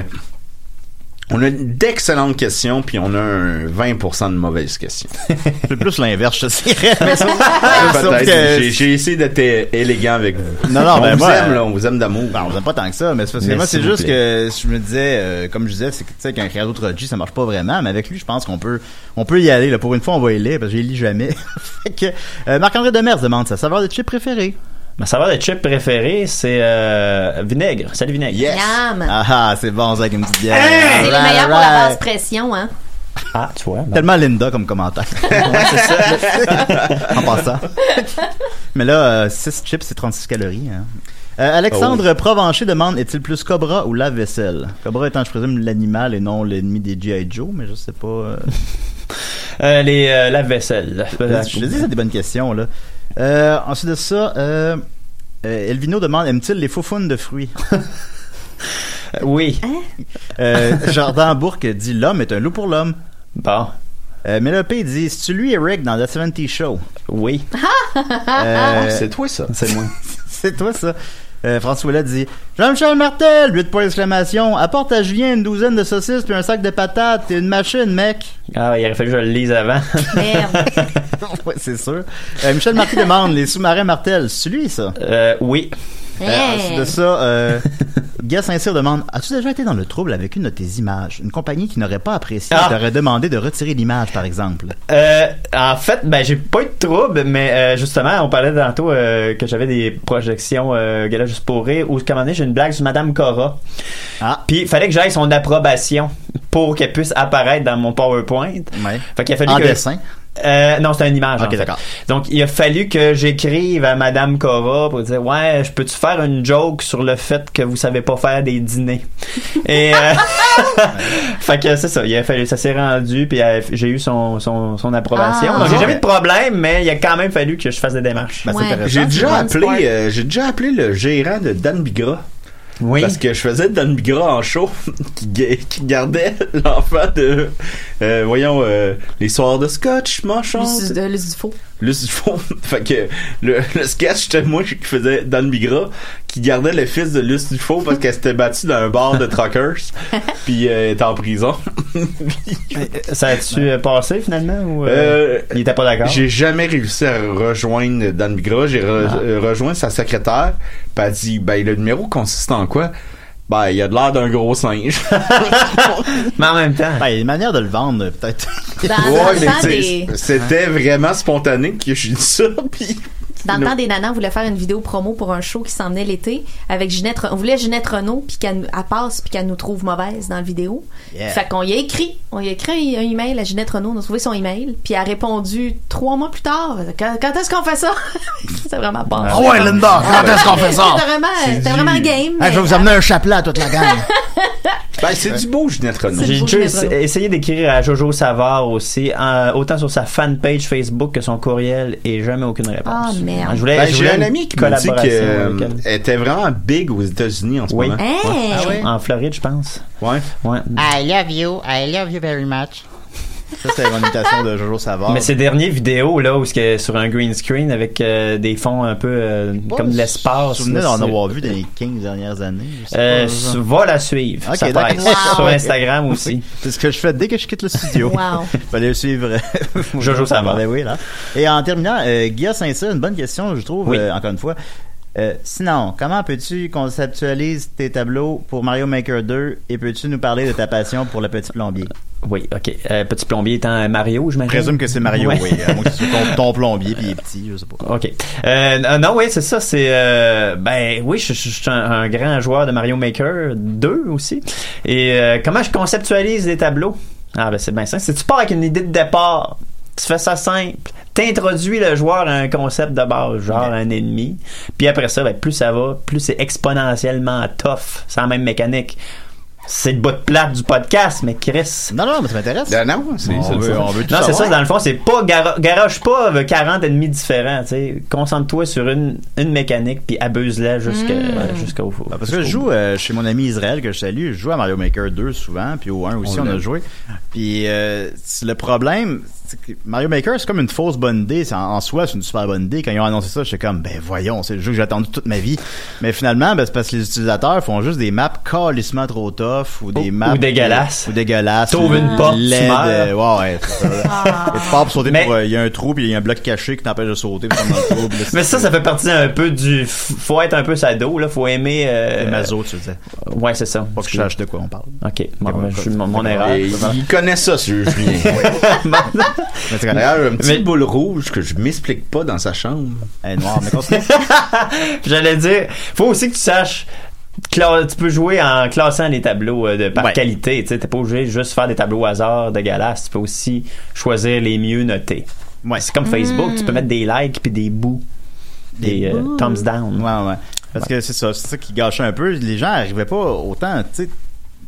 on a d'excellentes questions, puis on a un vingt pour cent de mauvaises questions. C'est plus l'inverse, je te dirais. Mais ça, peut-être. Que... J'ai, j'ai essayé d'être élégant avec vous. Non, non, on ben vous moi, aime, là, on vous aime d'amour. Ben, on vous aime pas tant que ça, mais c'est parce que Merci moi, c'est juste plaît. Que je me disais, euh, comme je disais, c'est que, tu sais, qu'un Ricardo Troggi, ça marche pas vraiment, mais avec lui, je pense qu'on peut, on peut y aller, là. Pour une fois, on va y aller, parce que je les lis jamais. Fait que, euh, Marc-André Demers demande sa saveur de chip préférée. Ma saveur de chip préférée, c'est euh, vinaigre. Salut vinaigre. Yes. Yum. Ah ah, c'est bon ça avec une petite bière. C'est le meilleur pour la basse pression, hein. Ah, tu vois. Ben... Tellement Linda comme commentaire. Ouais, c'est ça. En passant. Mais là, euh, six chips, c'est trente-six calories. Hein. Euh, Alexandre oh. Provencher demande, est-il plus Cobra ou lave-vaisselle? Cobra étant, je présume, l'animal et non l'ennemi des G I. Joe, mais je sais pas. Euh... euh, les euh, lave-vaisselle. Je te dis, c'est des bonnes questions, là. Euh, ensuite de ça, euh, euh, Elvino demande, aime-t-il les faufounes de fruits? Oui. Euh, Jordan Bourque dit « L'homme est un loup pour l'homme ». Bon. Euh, Mélopée dit « C'est-tu lui et Rick dans The seventies Show ». Oui. Euh, c'est toi ça. C'est moi. c'est toi ça. Euh, François Ouellet dit « Jean-Michel Martel, huit points d'exclamation, apporte à Julien une douzaine de saucisses puis un sac de patates, t'es une machine, mec. » Ah, il aurait fallu que je le lise avant. Merde. Ouais, c'est sûr. Euh, Michel Marty demande « Les sous-marins Martel, c'est lui ça? » Euh, oui. Euh, ensuite de ça, euh, Guy Saint-Cyr demande « As-tu déjà été dans le trouble avec une de tes images? Une compagnie qui n'aurait pas apprécié Ah. t'aurait demandé de retirer l'image, par exemple. » Euh, en fait, ben j'ai pas eu de trouble, mais euh, justement, on parlait tantôt euh, que j'avais des projections euh, Gala juste pour rire, où, comme on dit, j'ai une blague sur Madame Cora. Ah. Puis il fallait que j'aille son approbation pour qu'elle puisse apparaître dans mon PowerPoint. Ouais. Fait qu'il a fallu En que... dessin. Euh, non, c'est une image. Ok, en fait. d'accord. Donc, il a fallu que j'écrive à Madame Cora pour dire, ouais, je peux-tu faire une joke sur le fait que vous savez pas faire des dîners? Et, euh, fait que c'est ça. Il a fallu, ça s'est rendu, puis euh, j'ai eu son, son, son approbation. Ah. Donc, j'ai Ah, jamais ouais. de problème, mais il a quand même fallu que je fasse des démarches. Ben, c'est Ouais. intéressant. J'ai déjà One appelé, sport. euh, j'ai déjà appelé le gérant de Dan Bigra. Oui. Parce que je faisais Dan Bigra en show qui, ga- qui gardait l'enfant de euh, voyons euh, les soirs de scotch, manchon. Lucie de Lucie Dufault. Lucie Dufault. Fait que le, le sketch c'était moi qui faisais Dan Bigra qui gardait le fils de Lucie Dufault parce qu'elle s'était battue dans un bar de truckers puis euh, elle était en prison. Ça a-tu euh, passé finalement ou euh, Euh, il était pas d'accord? J'ai jamais réussi à rejoindre Dan Bigra. J'ai re- Ah. euh, rejoint sa secrétaire. Puis elle dit, ben, le numéro consiste en quoi? Ben, il a de l'air d'un gros singe. Mais en même temps. Ben, il y a une manière de le vendre, peut-être. Dans, dans Ouais, le mais temps tu sais, des, c'était vraiment spontané que j'ai dit ça. Puis dans le temps des nanas, on voulait faire une vidéo promo pour un show qui s'en venait l'été avec Ginette. Re- On voulait Ginette Renault puis qu'elle nous- elle passe puis qu'elle nous trouve mauvaise dans la vidéo. Yeah. Fait qu'on y a écrit, on y a écrit un, un email à Ginette Renault, on a trouvé son email puis elle a répondu trois mois plus tard. Quand, quand est-ce qu'on fait ça? C'est vraiment pas. Ah ouais, Linda, quand est-ce qu'on fait ça? C'était vraiment, C'est c'était du- vraiment game. Hey, mais- je vais vous amener un chapelet à toute la gang. ben, c'est du beau, Ginette Renault. C'est J'ai beau, déjà Ginette essa- Renault. essayé d'écrire à Jojo Savard aussi, en- autant sur sa fanpage Facebook que son courriel, et jamais aucune réponse. Ah, merde. Je voulais, Ben, je j'ai voulais un une ami qui m'a dit collaboration qu'elle avec elle. était vraiment big aux États-Unis en ce Oui. moment. Hey! Ah ouais? En Floride, je pense. Ouais. Ouais. I love you, I love you very much. Ça, c'est mon imitation de Jojo Savard. Mais ces dernières vidéos là où c'est sur un green screen avec euh, des fonds un peu euh, comme de l'espace. Je me souvenais là, d'en c'est- avoir vu dans les quinze dernières années. Je sais Euh, pas, ça. va la suivre. Ok, ça d'accord. presse. Wow. Sur Instagram aussi. C'est ce que je fais dès que je quitte le studio. Wow. Fallait suivre euh, Jojo Savard. Ben oui, là. Et en terminant, euh, Guy Saint-Cyr, une bonne question, je trouve, Oui. euh, encore une fois. Euh, sinon, comment peux-tu conceptualiser tes tableaux pour Mario Maker deux et peux-tu nous parler de ta passion pour le petit plombier? Oui, ok. Euh, petit plombier étant Mario, je Je présume que c'est Mario, Ouais. oui. À moins que ce soit ton, ton plombier puis il est petit, je sais pas. OK. Euh, non, oui, c'est ça. C'est euh, ben oui, je, je- je suis un, un grand joueur de Mario Maker deux aussi. Et euh, comment je conceptualise les tableaux? Ah ben c'est bien simple. Si tu pars avec une idée de départ, tu fais ça simple. T'introduis le joueur à un concept de base, genre un ennemi. Puis après ça, ben, plus ça va, plus c'est exponentiellement tough. C'est la même mécanique. C'est le bout de plate du podcast, mais Chris. Non, non, mais ça m'intéresse. Ben non, c'est On c'est veut- ça. on veut tout Non, c'est savoir. ça, dans le fond, c'est pas gara- garage pas avec quarante ennemis différents, tu sais. Concentre-toi sur une, une mécanique puis abuse-la jusqu'à, Mm. jusqu'au Ah, parce que je joue euh, chez mon ami Israël que je salue, je joue à Mario Maker deux souvent, puis au un aussi On on, a l'aime. joué. Puis euh, c'est le problème, c'est que Mario Maker c'est comme une fausse bonne idée, c'est en, en soi c'est une super bonne idée. Quand ils ont annoncé ça, j'étais comme ben voyons, c'est le jeu que j'ai attendu toute ma vie. Mais finalement, ben, c'est parce que les utilisateurs font juste des maps calissement trop tough ou des Ou- maps ou dégueulasses. ou dégueulasses. T'ouvres une ou porte, tu laides, meurs. euh, ouais ouais. C'est ça. Ah. Et tu pars pour sauter Mais- pour, euh, il y a un trou puis il y a un bloc caché qui t'empêche de sauter. Puis tu tombes dans le trou, puis là, Mais c'est- ça, ça fait partie un peu du. Faut être un peu sado, là. Faut aimer. Euh... c'est Mazo, tu sais. Ouais, c'est ça. Pas que je sache de quoi on parle. Ok, bon, Ok, ben, je suis mon, mon d'accord. erreur. Et il connaît ça, ce Julien. Mais c'est quand même D'ailleurs, un petit Mais- boule rouge que je m'explique pas dans sa chambre. hey, noir, mais continue. J'allais dire, faut aussi que tu saches. cla- Tu peux jouer en classant les tableaux euh, de, par Ouais. qualité. Tu sais, t'es pas obligé de juste faire des tableaux au hasard dégueulasses. Tu peux aussi choisir les mieux notés. Ouais. C'est comme Facebook, tu peux mettre des likes puis des bouts, des, Des euh, thumbs down. Ouais, ouais. Parce que c'est ça, c'est ça qui gâchait un peu. Les gens arrivaient pas autant, tu sais.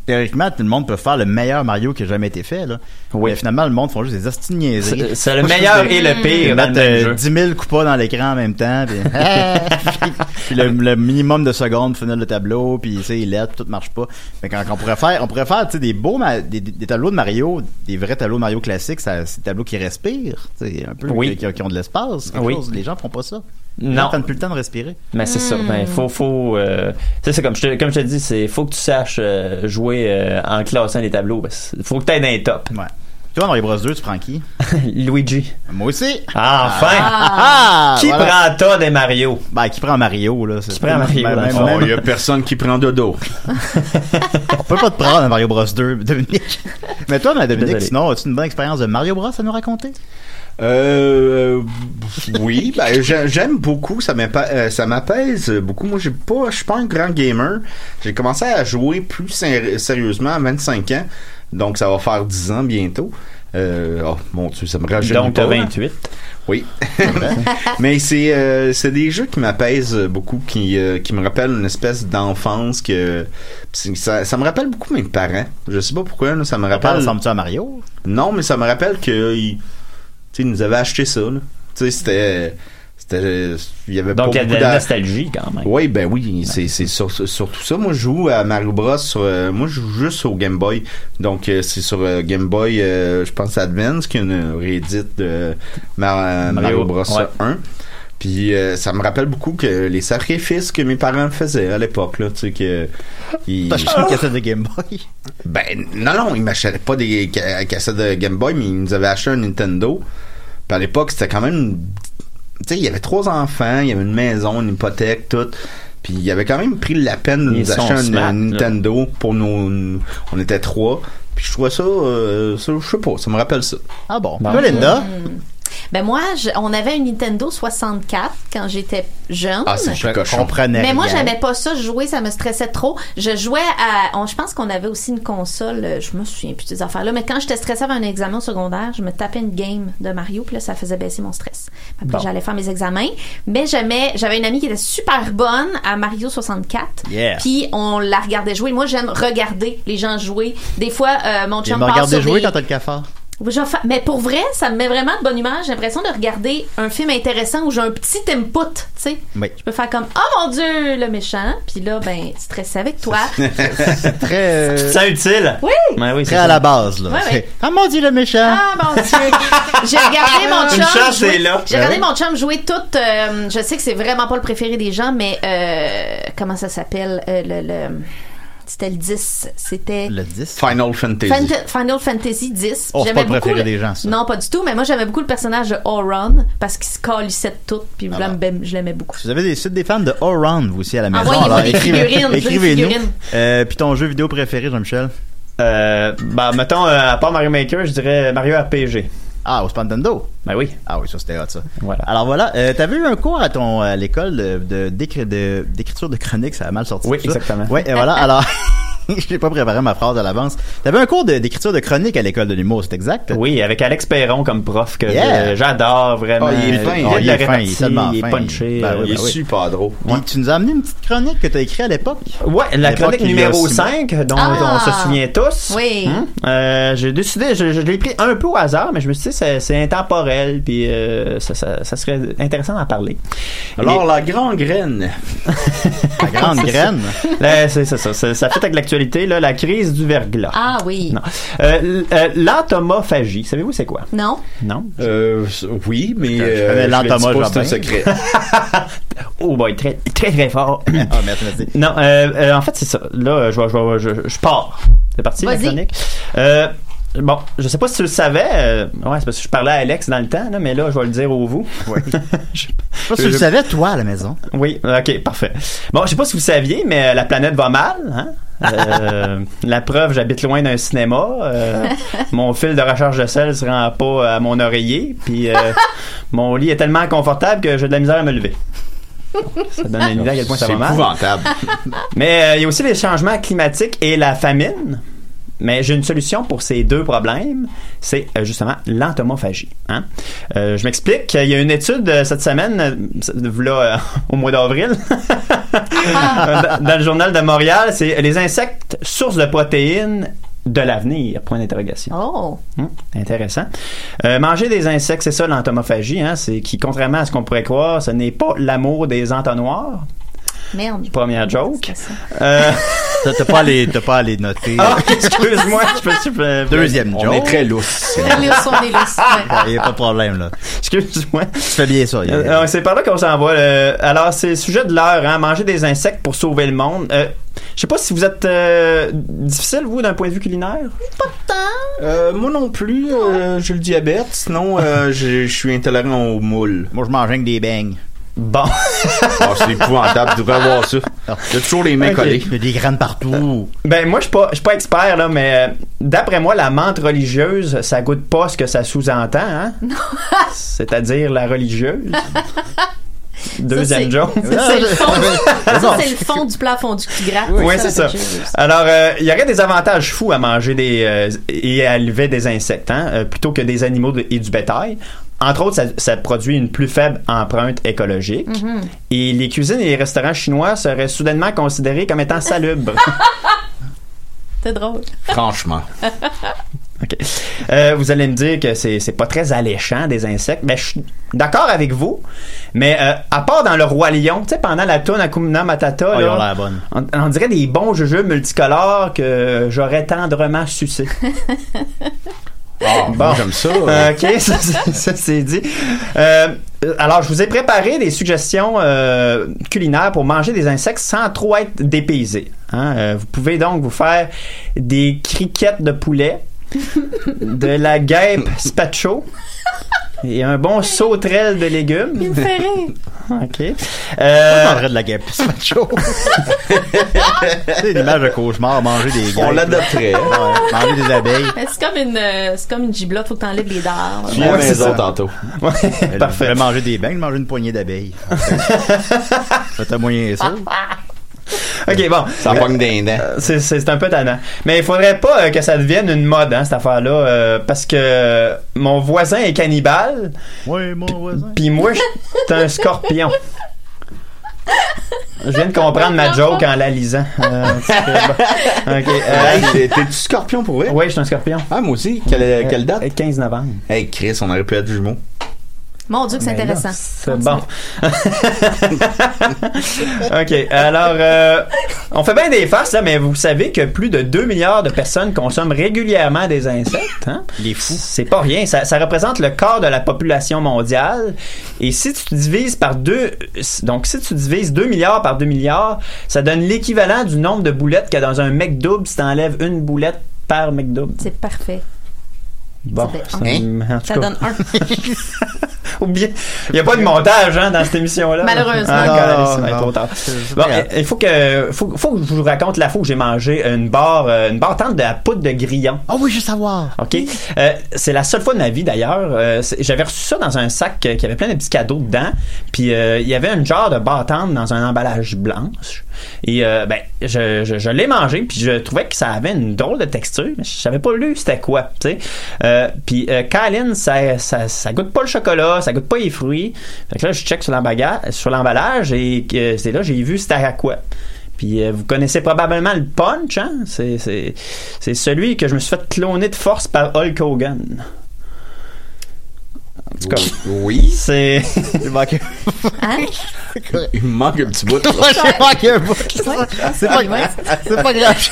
théoriquement, tout le monde peut faire le meilleur Mario qui a jamais été fait, là. Oui. Mais finalement, le monde font juste des hosties de niaiseries. C'est, c'est le meilleur et le pire dans le même euh, jeu. dix mille coupas dans l'écran en même temps, puis, puis, puis le, le minimum de secondes finir le tableau, puis tu sais, il est, tout marche pas. Mais quand, quand on pourrait faire, on pourrait faire, tu sais, des beaux, ma- des, des tableaux de Mario, des vrais tableaux de Mario classiques, ça, c'est des tableaux qui respirent, tu sais, un peu, Oui. qui, qui ont de l'espace, quelque Oui. chose. Les gens font pas ça. Les Non. gens prennent plus le temps de respirer. Mais c'est ça. Ben, faut, faut, euh, c'est ça, comme je te, comme je te dis, c'est, faut que tu saches euh, jouer euh, en classant les tableaux. Ben, faut que tu aies dans les tops. Ouais. Toi, dans les Bros deux, tu prends qui? Luigi. Moi aussi. Ah, enfin! Ah, qui voilà. prend toi des Mario? Ben, qui prend Mario, là? C'est Qui prend Mario, ben, dans le même, fond. même- Il y a personne qui prend Dodo. On peut pas te prendre un Mario Bros deux, Dominique. Mais toi, ma Dominique, Désolé. sinon, as-tu une bonne expérience de Mario Bros à nous raconter? Euh, oui, ben j'ai- j'aime beaucoup, ça m'apa- euh, ça m'apaise beaucoup. Moi, j'ai pas, je suis pas un grand gamer. J'ai commencé à jouer plus sé- sérieusement à vingt-cinq ans, donc ça va faire dix ans bientôt. Euh, oh mon Dieu, ça me rajeunit Donc, pas. t'as vingt-huit. Oui. Mais c'est euh, c'est des jeux qui m'apaisent beaucoup, qui euh, qui me rappellent une espèce d'enfance que c'est- ça, ça me rappelle beaucoup mes parents. Je sais pas pourquoi, là, ça me Rappelle, rappelle. ressemble-tu à Mario? Non, mais ça me rappelle que ils, tu sais, ils nous avaient acheté ça. Là. Tu sais, c'était c'était il y avait Donc, il y pas a de beaucoup la d'a- nostalgie quand même. Oui, ben oui, c'est c'est sur, surtout ça. Moi, je joue à Mario Bros. Sur, euh, moi, je joue juste au Game Boy. Donc, euh, c'est sur euh, Game Boy, euh, je pense Advance, qui est une réédite de Mar- Mario, Mario, Bros. ouais. un. Puis, euh, ça me rappelle beaucoup que les sacrifices que mes parents faisaient à l'époque, là, tu sais, que... ils- T'as acheté une cassette de Game Boy? Ben, non, non, ils m'achetaient pas des ca- cassettes de Game Boy, mais ils nous avaient acheté un Nintendo. Puis à l'époque, c'était quand même... Tu sais, il y avait trois enfants, il y avait une maison, une hypothèque, tout. Puis il avait quand même pris la peine de Ils nous sont acheter un, smart, un là. Nintendo pour nous... On était trois. Puis je trouvais ça... euh, ça je sais pas, ça me rappelle ça. Ah bon. Bon. Toi, Linda? Ben moi, je- on avait une Nintendo soixante-quatre quand j'étais jeune. Ah, c'est Je cochon. comprenais Mais moi, rien. j'aimais pas ça jouer, ça me stressait trop. Je jouais à, on, je pense qu'on avait aussi une console, euh, je me souviens plus de ces affaires-là, mais quand j'étais stressée avant un examen au secondaire, je me tapais une game de Mario, puis là, ça faisait baisser mon stress. Après, Bon. j'allais faire mes examens, mais j'aimais, j'avais une amie qui était super bonne à Mario soixante-quatre, Yeah. puis on la regardait jouer. Moi, j'aime regarder les gens jouer. Des fois, euh, mon Tu chum me passe regardais sur jouer des... quand t'as le cafard? Genre, fa- mais pour vrai, ça me met vraiment de bonne humeur. J'ai l'impression de regarder un film intéressant où j'ai un petit input, tu sais. Oui. Je peux faire comme, oh mon Dieu, le méchant. Puis là, ben, stresser avec toi. C'est très... euh, Tu te sens utile? Oui. Ben oui, c'est très à ça. la base, là. Ouais, C'est- ouais. Ah, mon Dieu, le méchant! Ah mon Dieu. J'ai regardé mon chum. Une chance, jouer- c'est là. J'ai regardé mon chum jouer toute. euh, je sais que c'est vraiment pas le préféré des gens, mais euh, comment ça s'appelle? Euh, le, le- C'était le dix. C'était. Le dix? Final Fantasy. Fanta- Final Fantasy dix. Oh, c'est J'aimais pas le beaucoup préféré des gens, ça. Non, pas du tout, mais moi j'aimais beaucoup le personnage de Auron parce qu'il se calissait de tout, puis Ah je bah. l'aimais- je l'aimais beaucoup. Si vous avez des sites des fans de All-Round, vous aussi, à la maison, Envoyez-moi alors des écrivez- figurines, je veux des écrivez-nous. figurines. Euh, puis ton jeu vidéo préféré, Jean-Michel? Euh, ben, mettons, euh, à part Mario Maker, je dirais Mario R P G. Ah, au Super Nintendo? Ben oui. Ah oui, ça c'était hot, ça. Voilà. Alors voilà, euh, t'avais eu un cours à ton à l'école de, de, d'écri- de- d'écriture de chronique, ça a mal sorti. Oui, tout ça. exactement. Oui, et voilà. Alors, j'ai pas préparé ma phrase à l'avance. T'avais un cours de, d'écriture de chronique à l'école de l'humour, c'est exact? Oui, avec Alex Perron comme prof que Yeah. je- j'adore vraiment. Ah, il est fin, il, hein. a de Il la est fin, il est répartie, tellement il est fin. punché. Ben euh, oui, Il est ben oui. super drôle. Puis tu nous as amené une petite chronique que t'as écrite à l'époque. Ouais, la L'époque, chronique il y a numéro six mois. cinq, dont Ah. on se souvient tous. Oui. Hum? Euh, j'ai décidé, je, je l'ai pris un peu au hasard, mais je me suis dit c'est, c'est intemporel, puis euh, ça, ça, ça serait intéressant d'en parler. Alors, la grande graine. La grande graine. Là, c'est, c'est ça, ça, ça fait avec l'actualité, là, la crise du verglas. Ah oui. Non. Euh, l- euh, l'entomophagie, savez-vous c'est quoi? Non. Non? Euh, oui, mais... Je connais euh, je le dis l'Anthoma pas, c'est un Jobin. secret. Oh boy, très très très fort. Ah, mais attends, vas-y. Non, euh, euh, en fait c'est ça. Là, je, vais- je, vais- je, je pars. C'est parti la Vas-y. chronique. Euh, bon, je sais pas si tu le savais. euh, ouais, c'est parce que je parlais à Alex dans le temps, là, mais là, je vais le dire au vous. Oui. Je- Je sais pas si tu le savais, toi, à la maison. Oui, ok, parfait. Bon, je sais pas si vous saviez, mais euh, la planète va mal. Hein? Euh, la preuve, j'habite loin d'un cinéma. Euh, mon fil de recharge de sel se rend pas à mon oreiller. Puis euh, mon lit est tellement confortable que j'ai de la misère à me lever. Ça donne une idée à quel point ça C'est va mal. épouvantable. Mais euh, il y a aussi les changements climatiques et la famine. mais j'ai une solution pour ces deux problèmes, c'est euh, justement l'entomophagie. Hein? Euh, je m'explique, il y a une étude euh, cette semaine, euh, là, euh, au mois d'avril, dans, dans le journal de Montréal, c'est les insectes source de protéines de l'avenir, point d'interrogation. Oh! Hum, intéressant. Euh, manger des insectes, c'est ça l'entomophagie, hein, c'est qui, contrairement à ce qu'on pourrait croire, ce n'est pas l'amour des entonnoirs. Merde. Première joke. Euh... T'as, t'as pas à les, t'as pas à les noter. Ah, excuse-moi, je peux, je peux... Deuxième joke. On est très lousse. Très lousse, on est lousse. Il n'y a pas de problème, là. Excuse-moi. Tu fais bien ça. Euh, alors, c'est par là qu'on s'en va. Euh, alors, c'est le sujet de l'heure, hein, manger des insectes pour sauver le monde. Euh, je sais pas si vous êtes euh, difficile, vous, d'un point de vue culinaire. Pas de temps. Euh, moi non plus, euh, j'ai le diabète. Sinon, euh, je suis intolérant au moule. Moi, je mange avec des beignes. Bon. Oh, c'est épouvantable, tu devrais voir ça. Il y a toujours les mains Okay. collées. Il y a des graines partout. Ben, moi, je suis pas, je suis pas expert, là, mais euh, d'après moi, la menthe religieuse, ça goûte pas ce que ça sous-entend, hein? C'est-à-dire la religieuse. Deuxième joke. Ça, c'est le fond, ça, c'est le fond du plat fondu que tu grattes. Oui, c'est ça. Alors, euh, il y aurait des avantages fous à manger des euh, et à élever des insectes, hein, euh, plutôt que des animaux de, et du bétail. Entre autres, ça, ça produit une plus faible empreinte écologique. Mm-hmm. Et les cuisines et les restaurants chinois seraient soudainement considérés comme étant salubres. C'est drôle. Franchement. OK. Euh, vous allez me dire que c'est, c'est pas très alléchant des insectes. Ben, je suis d'accord avec vous. Mais euh, à part dans Le Roi Lion, tu sais, pendant la toune Hakuna Matata, Oh, là, ils ont l'air bonne. on, on dirait des bons jujubes multicolores que j'aurais tendrement sucé. Oh, bon, j'aime ça. Euh, OK, ça, ça, ça c'est dit. Euh, alors, je vous ai préparé des suggestions euh, culinaires pour manger des insectes sans trop être dépaysé. Hein? Euh, vous pouvez donc vous faire des criquettes de poulet, de la guêpe spatcho et un bon sauterelle de légumes. Il me fait rire. OK. Euh... Je mangerais de la guêpe spatcho. C'est une image de cauchemar, manger des guêpes. On l'adopterait. Ouais, manger des abeilles. C'est comme une, euh, c'est comme une giblotte, faut que t'enlèves les dards. Tu viens à la maison tantôt. Ouais, parfait. Manger des beignes, manger une poignée d'abeilles. C'était moyen ça. OK, bon. Ça pogne des dents. C'est, c'est, c'est un peu tannant. Mais il faudrait pas euh, que ça devienne une mode, hein, cette affaire-là, euh, parce que mon voisin est cannibale. Oui, mon voisin. Puis moi, je suis un scorpion. Je viens de comprendre ma joke en la lisant. Euh, bon. OK. Euh, Hey, t'es- t'es-tu scorpion pour vrai? oui, je suis un scorpion. Ah, moi aussi. Quelle, quelle date? Euh, quinze novembre. Hey, Chris, on aurait pu être jumeaux. Mon Dieu, que c'est Mais là, intéressant. c'est bon. OK. Alors, euh, on fait bien des farces, là, mais vous savez que plus de deux milliards de personnes consomment régulièrement des insectes. Hein? Les fous. C'est pas rien. Ça, ça représente le quart de la population mondiale. Et si tu divises par deux, donc si tu divises deux milliards par deux milliards, ça donne l'équivalent du nombre de boulettes qu'il y a dans un McDouble si t'enlèves une boulette par McDouble. C'est parfait. Bon, Ça ça, fait en tout Ça cas. donne un. Oubliez. Il n'y a pas de montage hein, dans cette émission-là. Malheureusement. Ah, Non, calisse, ça va non. être trop tard. C'est Bon, pas grave. il faut que, faut, faut que je vous raconte la fois où j'ai mangé une barre, euh, une barre tente de la poudre de grillon. Ah oui, je veux savoir. OK? Euh, c'est la seule fois de ma vie, d'ailleurs. Euh, c'est- j'avais reçu ça dans un sac euh, qui avait plein de petits cadeaux dedans. Puis, euh, il y avait une genre de barre tente dans un emballage blanche. Et, euh, ben, je, je, je l'ai mangé. Puis, je trouvais que ça avait une drôle de texture. Mais je savais pas lu c'était quoi, tu sais. Euh, puis, euh, Colin, ça, ça, ça goûte pas le chocolat, ça goûte pas les fruits. Fait que là, je check sur l'emballage, sur l'emballage et euh, c'est là j'ai vu c'était à quoi. Puis euh, vous connaissez probablement le punch, hein? C'est, c'est, c'est celui que je me suis fait cloner de force par Hulk Hogan. En tout cas, Oui. c'est... Il manque Hein? Il me manque un petit bout. là. Moi, j'ai manqué un bout. C'est pas grave. C'est pas grave.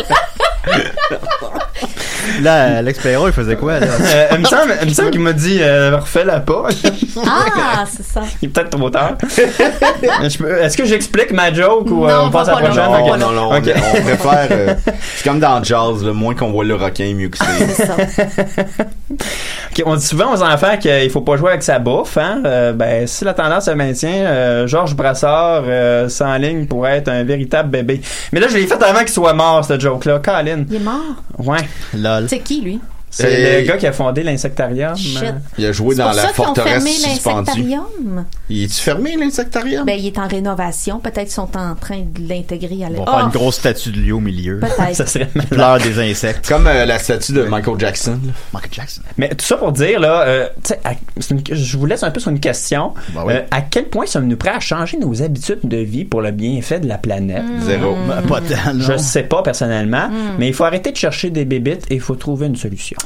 Là, Alex Perron, il faisait quoi, là? Euh, il me semble, il me semble qu'il m'a dit euh, refais-la pas. Ah, c'est ça. Il est peut-être trop tard. Je peux- Est-ce que j'explique ma joke ou euh, Non, on passe va à la pas prochaine? là. Non, Ok. non, non, on, Ok. on préfère. euh, c'est comme dans le jazz, le moins qu'on voit le requin, mieux que c'est. C'est ça. Ok, on dit souvent aux enfants qu'il faut pas jouer avec sa bouffe. Hein? Euh, ben, si la tendance se maintient, euh, Georges Brassard euh, s'enligne pour être un véritable bébé. Mais là, je l'ai fait avant qu'il soit mort, cette joke-là. Colin. Il est mort. Ouais. Lol. C'est qui, lui? C'est Euh, le gars qui a fondé l'insectarium. Shit. Il a joué C'est dans pour la ça qu'ils ont forteresse fermé suspendue. l'insectarium. Il est-tu fermé, l'insectarium? Ben, il est en rénovation. Peut-être qu'ils sont en train de l'intégrer à Ils la... vont faire Oh, une grosse statue de lui au milieu. Peut-être. Ça serait Qui pleure des insectes. Comme euh, la statue de Michael Jackson. là. Michael Jackson. Mais tout ça pour dire, là, euh, tu sais, à- c'est une- je vous laisse un peu sur une question. Ben oui. Euh, à quel point sommes-nous prêts à changer nos habitudes de vie pour le bienfait de la planète? Zéro. Ben, pas tant, non. Je sais pas personnellement, mais il faut arrêter de chercher des bébites et il faut trouver une solution.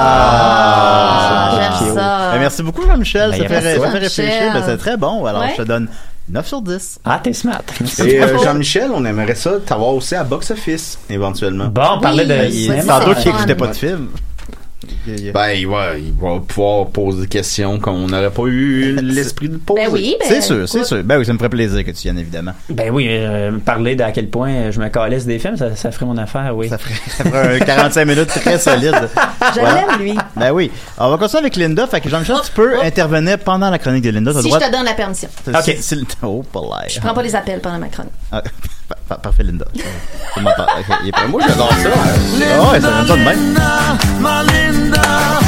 Ah, j'aime cute. ça. Ben, merci beaucoup, Jean-Michel. Ben, ça, y a fait, pas de ça quoi. fait réfléchir. Jean-Michel. Ben, c'est très bon. Alors, Ouais. je te donne neuf sur dix. Ah, t'es smart. Et euh, Jean-Michel, on aimerait ça t'avoir aussi à Box Office, éventuellement. Bon, on parlait Oui, de ben, Il c'est est ça, tantôt c'est qu'il fun. écoutait pas de film. Il- il- Ben, il va, il va pouvoir poser des questions qu'on n'aurait pas eu l'esprit de poser. Ben oui, ben, C'est sûr, c'est écoute, sûr. Ben oui, ça me ferait plaisir que tu viennes, évidemment. Ben oui, euh, parler d'à quel point je me calisse des films, ça, ça ferait mon affaire, oui. Ça ferait, ça ferait un quarante-cinq minutes très solide. Je Voilà. l'aime, lui. Ben oui. Alors, on va continuer avec Linda. Fait que Jean-Michel, tu peux intervenir pendant la chronique de Linda. T'as Si droit je te donne la permission. de- Ok. c'est- c'est le- Oh, polite. Je prends pas les appels pendant ma chronique. Ah, pa- pa- parfait, Linda. C'est ma part. Ok, il est prêt. Moi, j'adore ça. Ah ouais, ça donne ça de même. My Linda,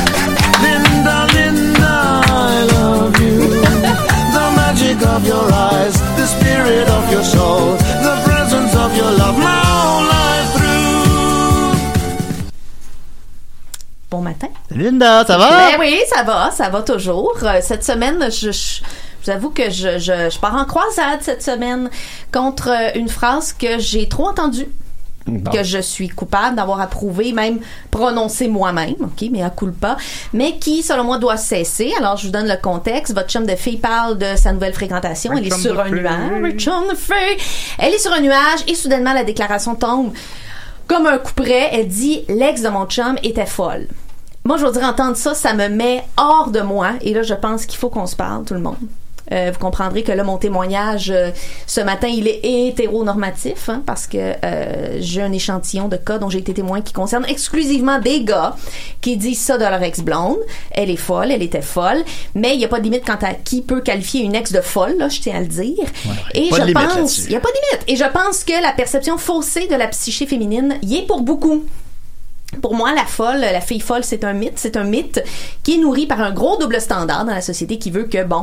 Linda, Linda, I love you. The magic of your eyes, the spirit of your soul, the presence of your love, my whole life through. Bon matin. Salut, Linda, ça va? Ben oui, ça va, ça va toujours. Euh, Cette semaine, je, je, j'avoue que je, je, je pars en croisade cette semaine contre euh, une phrase que j'ai trop entendue. Bon. Que je suis coupable d'avoir approuvé, même prononcé moi-même, ok, mais à culpa, mais qui, selon moi, doit cesser. Alors, je vous donne le contexte. Votre chum de fille parle de sa nouvelle fréquentation. Elle est sur un nuage. Votre chum de fille. Elle est sur un nuage et soudainement, la déclaration tombe comme un coup près. Elle dit « L'ex de mon chum était folle ». Moi, je veux dire, entendre ça, ça me met hors de moi. Et là, je pense qu'il faut qu'on se parle, tout le monde. Euh, vous comprendrez que là, mon témoignage, euh, ce matin, il est hétéronormatif, hein, parce que euh, j'ai un échantillon de cas dont j'ai été témoin qui concerne exclusivement des gars qui disent ça de leur ex-blonde. Elle est folle, elle était folle, mais il n'y a pas de limite quant à qui peut qualifier une ex de folle, là, je tiens à le dire. Ouais, Et pas je de limite pense, là-dessus. il n'y a pas de limite. Et je pense que la perception faussée de la psyché féminine y est pour beaucoup. Pour moi, la folle, la fille folle, c'est un mythe. C'est un mythe qui est nourri par un gros double standard dans la société qui veut que, bon,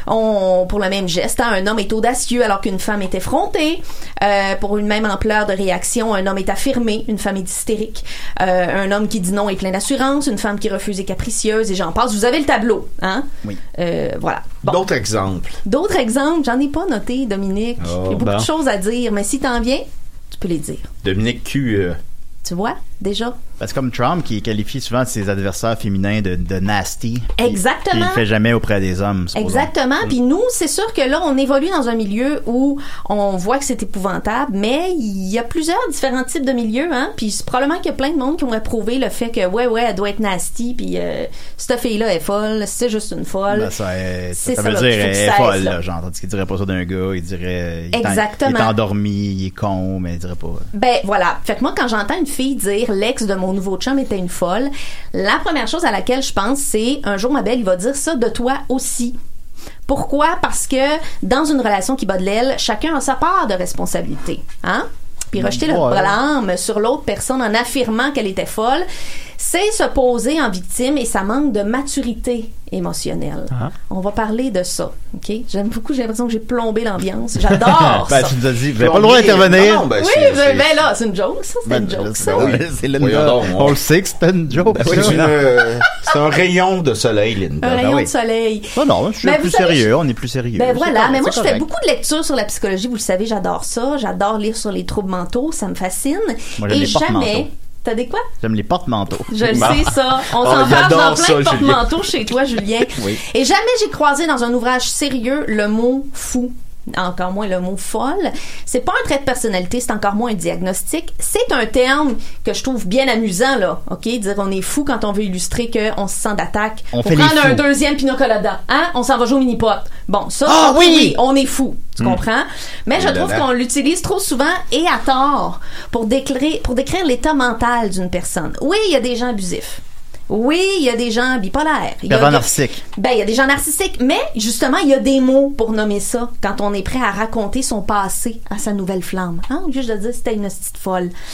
on, pour le même geste, hein, un homme est audacieux alors qu'une femme est effrontée. Euh, pour une même ampleur de réaction, un homme est affirmé, une femme est hystérique. Euh, un homme qui dit non est plein d'assurance, une femme qui refuse est capricieuse, et j'en passe. Vous avez le tableau, hein? Oui. Euh, voilà. Bon. D'autres exemples. D'autres exemples, j'en ai pas noté, Dominique. Oh, Il y a beaucoup bon. de choses à dire, mais si t'en viens, tu peux les dire. Dominique Q. euh, Tu vois, déjà? Parce que comme Trump, qui qualifie souvent ses adversaires féminins de, de nasty. Puis- Exactement. Puis il le fait jamais auprès des hommes. supposons. Exactement. Puis nous, c'est sûr que là, on évolue dans un milieu où on voit que c'est épouvantable, mais il y a plusieurs différents types de milieux, hein. Puis c'est probablement qu'il y a plein de monde qui ont approuvé le fait que, ouais, ouais, elle doit être nasty, puis euh, cette fille-là est folle, c'est juste une folle. Ben, ça, est- ça, C'est ça ça, veut là, dire qu'il faut elle que est ça folle, cesse, là. là, genre. Tandis qu'il dirait pas ça d'un gars, il dirait. Il est en- Exactement. il est endormi, il est con, mais il dirait pas. Ben voilà. Fait que moi, quand j'entends une fille dire l'ex de mon nouveau chum était une folle, la première chose à laquelle je pense, c'est un jour, ma belle, il va dire ça de toi aussi. Pourquoi? Parce que dans une relation qui bat de l'aile, chacun a sa part de responsabilité. Hein? Puis rejeter le Ouais. blâme sur l'autre personne en affirmant qu'elle était folle, c'est se poser en victime et ça manque de maturité émotionnelle. Ah. On va parler de ça, OK? J'aime beaucoup, j'ai l'impression que j'ai plombé l'ambiance. J'adore Ben, ça. tu nous as dit, vous n'avez pas le droit d'intervenir. Non, non, ben, Oui, c'est- ben, c'est- ben là, c'est une joke, ça. C'est une joke, ça. ben oui. C'est Linda. Voyons donc, On on- le sait que c'était une joke. C'est ça. une, euh, c'est un rayon de soleil, Linda. Un Ben rayon oui. de soleil. Non, non, je suis Mais plus vous savez, sérieux. On est plus sérieux. Ben C'est voilà, correct, mais moi c'est je fais correct. beaucoup de lectures sur la psychologie, vous le savez, j'adore ça, j'adore lire sur les troubles mentaux, ça me fascine. Moi, j'aime Et les porte-manteaux. jamais, t'as des quoi? J'aime les porte-manteaux. Je le Bon. sais ça, on Oh, s'en va j'adore dans plein ça, de Julien. porte-manteaux chez toi, Julien. Oui. Et jamais j'ai croisé dans un ouvrage sérieux le mot fou. Encore moins le mot folle. C'est pas un trait de personnalité, c'est encore moins un diagnostic. C'est un terme que je trouve bien amusant, là. OK? Dire on est fou quand on veut illustrer qu'on se sent d'attaque. On Faut fait les prendre un fous. deuxième Pina Colada. Hein? On s'en va jouer au mini-pot. Bon, ça, Ah ok, oui! on est fou. Tu comprends? Mais je Et là trouve là. qu'on l'utilise trop souvent et à tort pour décrire, pour décrire l'état mental d'une personne. Oui, il y a des gens abusifs. Oui, il y a des gens bipolaires. Il y a Pervers des- narcissique. Ben, il y a des gens narcissiques, mais justement, il y a des mots pour nommer ça quand on est prêt à raconter son passé à sa nouvelle flamme. Hein? Au lieu de dire c'était une petite folle.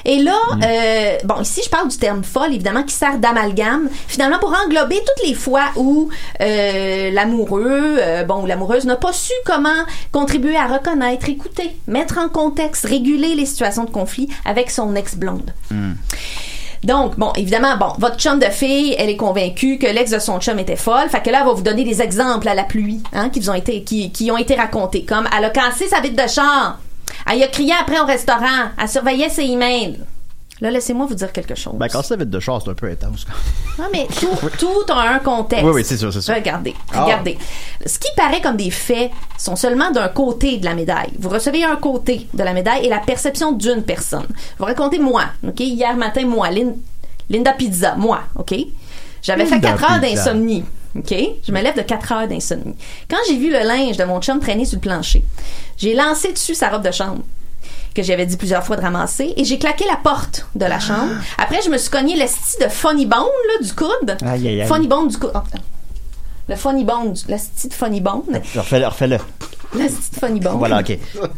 Et là, mm. euh, bon, ici, je parle du terme folle, évidemment, qui sert d'amalgame, finalement, pour englober toutes les fois où euh, l'amoureux, euh, bon, ou l'amoureuse n'a pas su comment contribuer à reconnaître, écouter, mettre en contexte, réguler les situations de conflit avec son ex-blonde. Mm. Donc, bon, évidemment, bon, votre chum de fille, elle est convaincue que l'ex de son chum était folle. Fait que là, elle va vous donner des exemples à la pluie, hein, qui vous ont été, qui, qui ont été racontés. Comme, elle a cassé sa vitre de char. Elle a crié après au restaurant. Elle surveillait ses emails. Là, laissez-moi vous dire quelque chose. Ben, casser sa vitre de char, c'est un peu intense. Non, mais tout, tout a un contexte. Oui, oui, c'est sûr, c'est sûr. Regardez, regardez. Ah. Ce qui paraît comme des faits sont seulement d'un côté de la médaille. Vous recevez un côté de la médaille et la perception d'une personne. Vous racontez moi, OK? Hier matin, moi, Lin- Linda Pizza, moi, OK? J'avais Linda fait quatre heures d'insomnie. OK? Je me lève de quatre heures d'insomnie. Quand j'ai vu le linge de mon chum traîner sur le plancher, j'ai lancé dessus sa robe de chambre que j'avais dit plusieurs fois de ramasser, et j'ai claqué la porte de la chambre. Après, je me suis cogné l'esti de funny bone, là, du coude. Aïe, aïe, aïe. Funny bone du coude. Oh, le funny bone, l'esti de funny bone. Refais-le, refais-le. L'esti de funny bone. Voilà, OK.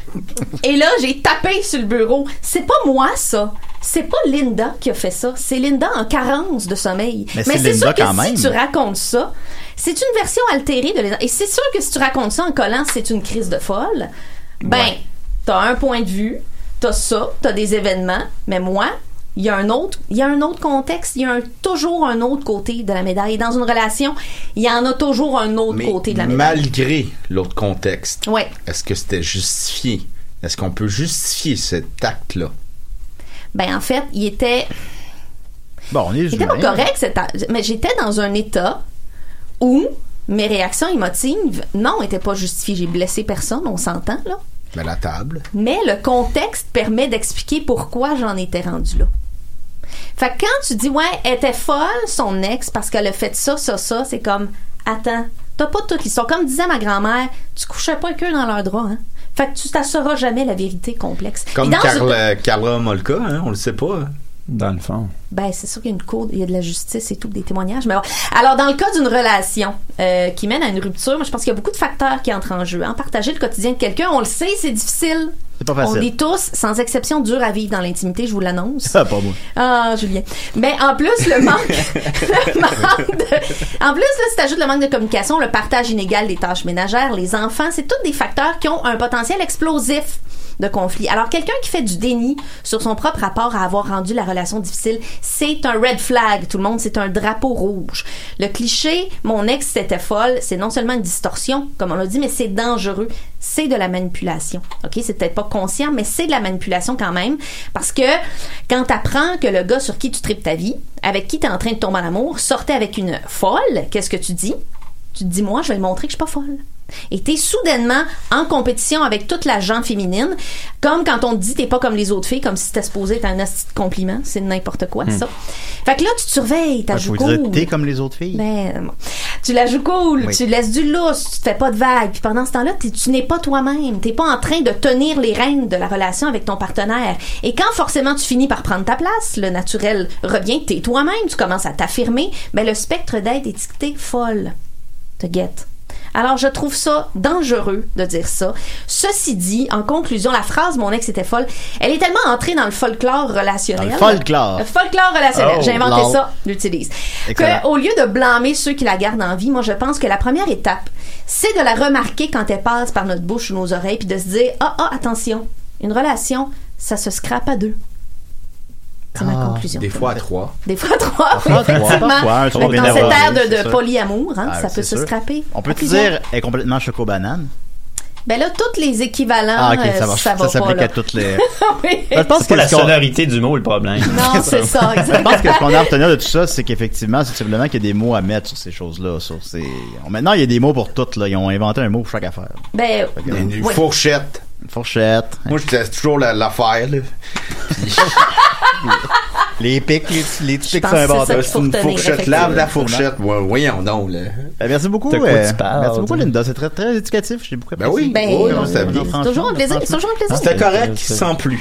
Et là, j'ai tapé sur le bureau. C'est pas moi, ça. C'est pas Linda qui a fait ça. C'est Linda en carence de sommeil. Mais, Mais c'est, c'est sûr que quand même. si tu racontes ça, c'est une version altérée de Linda. Et c'est sûr que si tu racontes ça en collant, c'est une crise de folle. Ben, ouais. T'as un point de vue, t'as ça, t'as des événements, mais moi, il y a un autre, il y a un autre contexte, il y a un, toujours un autre côté de la médaille. Et dans une relation, il y en a toujours un autre mais côté de la médaille. Malgré l'autre contexte, ouais. Est-ce que c'était justifié? Est-ce qu'on peut justifier cet acte-là? Ben, en fait, il était... Bon, on est il était pas correct, cet acte, mais j'étais dans un état où mes réactions émotives, non, n'étaient pas justifiées. J'ai blessé personne, on s'entend, là. Mais la table. Mais le contexte permet d'expliquer pourquoi j'en étais rendue là. Fait que quand tu dis, ouais, elle était folle, son ex, parce qu'elle a fait ça, ça, ça, c'est comme, attends, t'as pas toute l'histoire. Comme disait ma grand-mère, tu couchais pas avec eux dans leurs draps, hein. Fait que tu t'assureras jamais la vérité complexe. Comme Carla, une... Carla Molka, hein, on le sait pas. Hein. Dans le fond. Ben, c'est sûr qu'il y a une cour, il y a de la justice et tout, des témoignages. Mais bon. Alors, dans le cas d'une relation euh, qui mène à une rupture, moi, je pense qu'il y a beaucoup de facteurs qui entrent en jeu. Hein. Partager le quotidien de quelqu'un, on le sait, c'est difficile. C'est pas facile. On est tous, sans exception, durs à vivre dans l'intimité, je vous l'annonce. Ah, pas moi. Ah, Julien. Mais en plus, le manque, le manque de, en plus, là, si t'ajoutes le manque de communication, le partage inégal des tâches ménagères, les enfants, c'est tous des facteurs qui ont un potentiel explosif de conflit. Alors, quelqu'un qui fait du déni sur son propre rapport à avoir rendu la relation difficile, c'est un red flag, tout le monde, c'est un drapeau rouge. Le cliché, mon ex c'était folle, c'est non seulement une distorsion, comme on l'a dit, mais c'est dangereux. C'est de la manipulation. OK? C'est peut-être pas conscient, mais c'est de la manipulation quand même. Parce que quand t'apprends que le gars sur qui tu tripes ta vie, avec qui t'es en train de tomber en amour, sortait avec une folle, qu'est-ce que tu dis? Tu te dis, moi, je vais le montrer que je suis pas folle. Et t'es soudainement en compétition avec toute la gente féminine, comme quand on te dit t'es pas comme les autres filles, comme si t'es supposé être un asti de compliment, c'est n'importe quoi hmm. ça. Fait que là tu te surveilles, t'as joué cool. T'es comme les autres filles. Ben, bon. Tu la joues cool, oui. Tu laisses du lousse, tu te fais pas de vagues, puis pendant ce temps-là, tu n'es pas toi-même, t'es pas en train de tenir les rênes de la relation avec ton partenaire. Et quand forcément tu finis par prendre ta place, le naturel revient, t'es toi-même, tu commences à t'affirmer, ben le spectre d'être étiqueté folle te guette. Alors, je trouve ça dangereux de dire ça. Ceci dit, en conclusion, la phrase « mon ex était folle », elle est tellement entrée dans le folklore relationnel. Dans le folklore. Le folklore relationnel. Oh, J'ai inventé lol. ça, j'utilise. Qu'au lieu de blâmer ceux qui la gardent en vie, moi, je pense que la première étape, c'est de la remarquer quand elle passe par notre bouche ou nos oreilles, puis de se dire « ah, ah, attention, une relation, ça se scrape à deux. » C'est ah, ma conclusion. Des fois à trois. Des fois à trois, oui, effectivement. Parfois, dans cette ère de, de polyamour, hein, ah, ça peut se sûr. scraper. On peut te dire, elle est complètement choco-banane. Ben là, tous les équivalents, ah, okay, ça, euh, ça va ça s'applique pas, à toutes les... oui. Je pense que c'est la sonorité du mot le problème. Non, c'est ça, exactement. Je pense que ce qu'on a à retenir de tout ça, c'est qu'effectivement, c'est simplement qu'il y a des mots à mettre sur ces choses-là. Sur ces... Maintenant, il y a des mots pour toutes. Là. Ils ont inventé un mot pour chaque affaire. Ben, que, une, une oui. fourchette. Une fourchette. Moi, je teste toujours la, l'affaire. Là. Les pics, les, les petits pics sur un bâton. C'est une fourchette. Lave la fourchette. Ouais, voyons donc. Là. Ben, merci beaucoup. Euh, parles, merci beaucoup, Linda. C'est très, très éducatif. J'ai beaucoup apprécié. Ben oui. Ben, oui, non, c'est bien. toujours un plaisir. C'est toujours un plaisir. C'était correct, sans plus.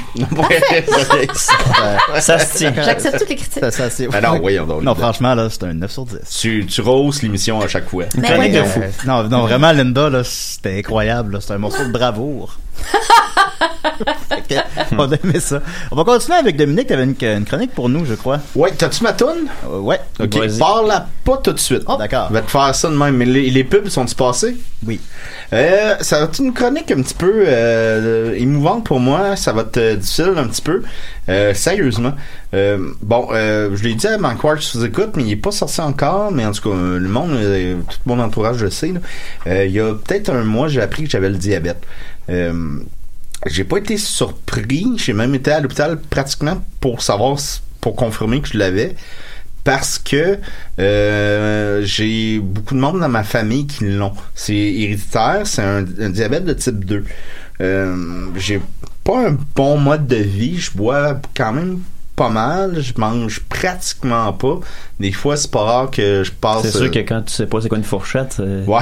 Ça se tient. J'accepte toutes les critiques. Ça, ça, c'est... Ben non, voyons donc. Non, franchement, là, c'est un neuf sur dix. Tu, tu roses l'émission à chaque fois. Une chronique de fou. Non, non, vraiment, Linda, là, c'était incroyable. Là. C'était un morceau de bravoure. Okay. On a aimé ça. On va continuer avec Dominique. T'avais une, une chronique pour nous, je crois. Ouais, t'as-tu ma toune? Euh, ouais. Ok, Vas-y. parle-la pas tout de suite. Oh, d'accord. Je vais te faire ça de même. Mais les, les pubs sont-ils passés? Oui. Euh, ça va être une chronique un petit peu euh, émouvante pour moi. Ça va être euh, difficile un petit peu. Euh, sérieusement. Euh, bon, euh, je l'ai dit à Mike Ward sous écoute, mais il est pas sorti encore. Mais en tout cas, euh, le monde, euh, tout mon entourage, je sais. Là, euh, il y a peut-être un mois, j'ai appris que j'avais le diabète. Euh, j'ai pas été surpris. J'ai même été à l'hôpital pratiquement pour savoir, pour confirmer que je l'avais. Parce que euh, j'ai beaucoup de monde dans ma famille qui l'ont. C'est héréditaire, c'est un, un diabète de type deux. Euh, j'ai pas un bon mode de vie, je bois quand même pas mal, je mange pratiquement pas. Des fois, c'est pas rare que je passe... C'est sûr que quand tu sais pas c'est quoi une fourchette... C'est... Ouais.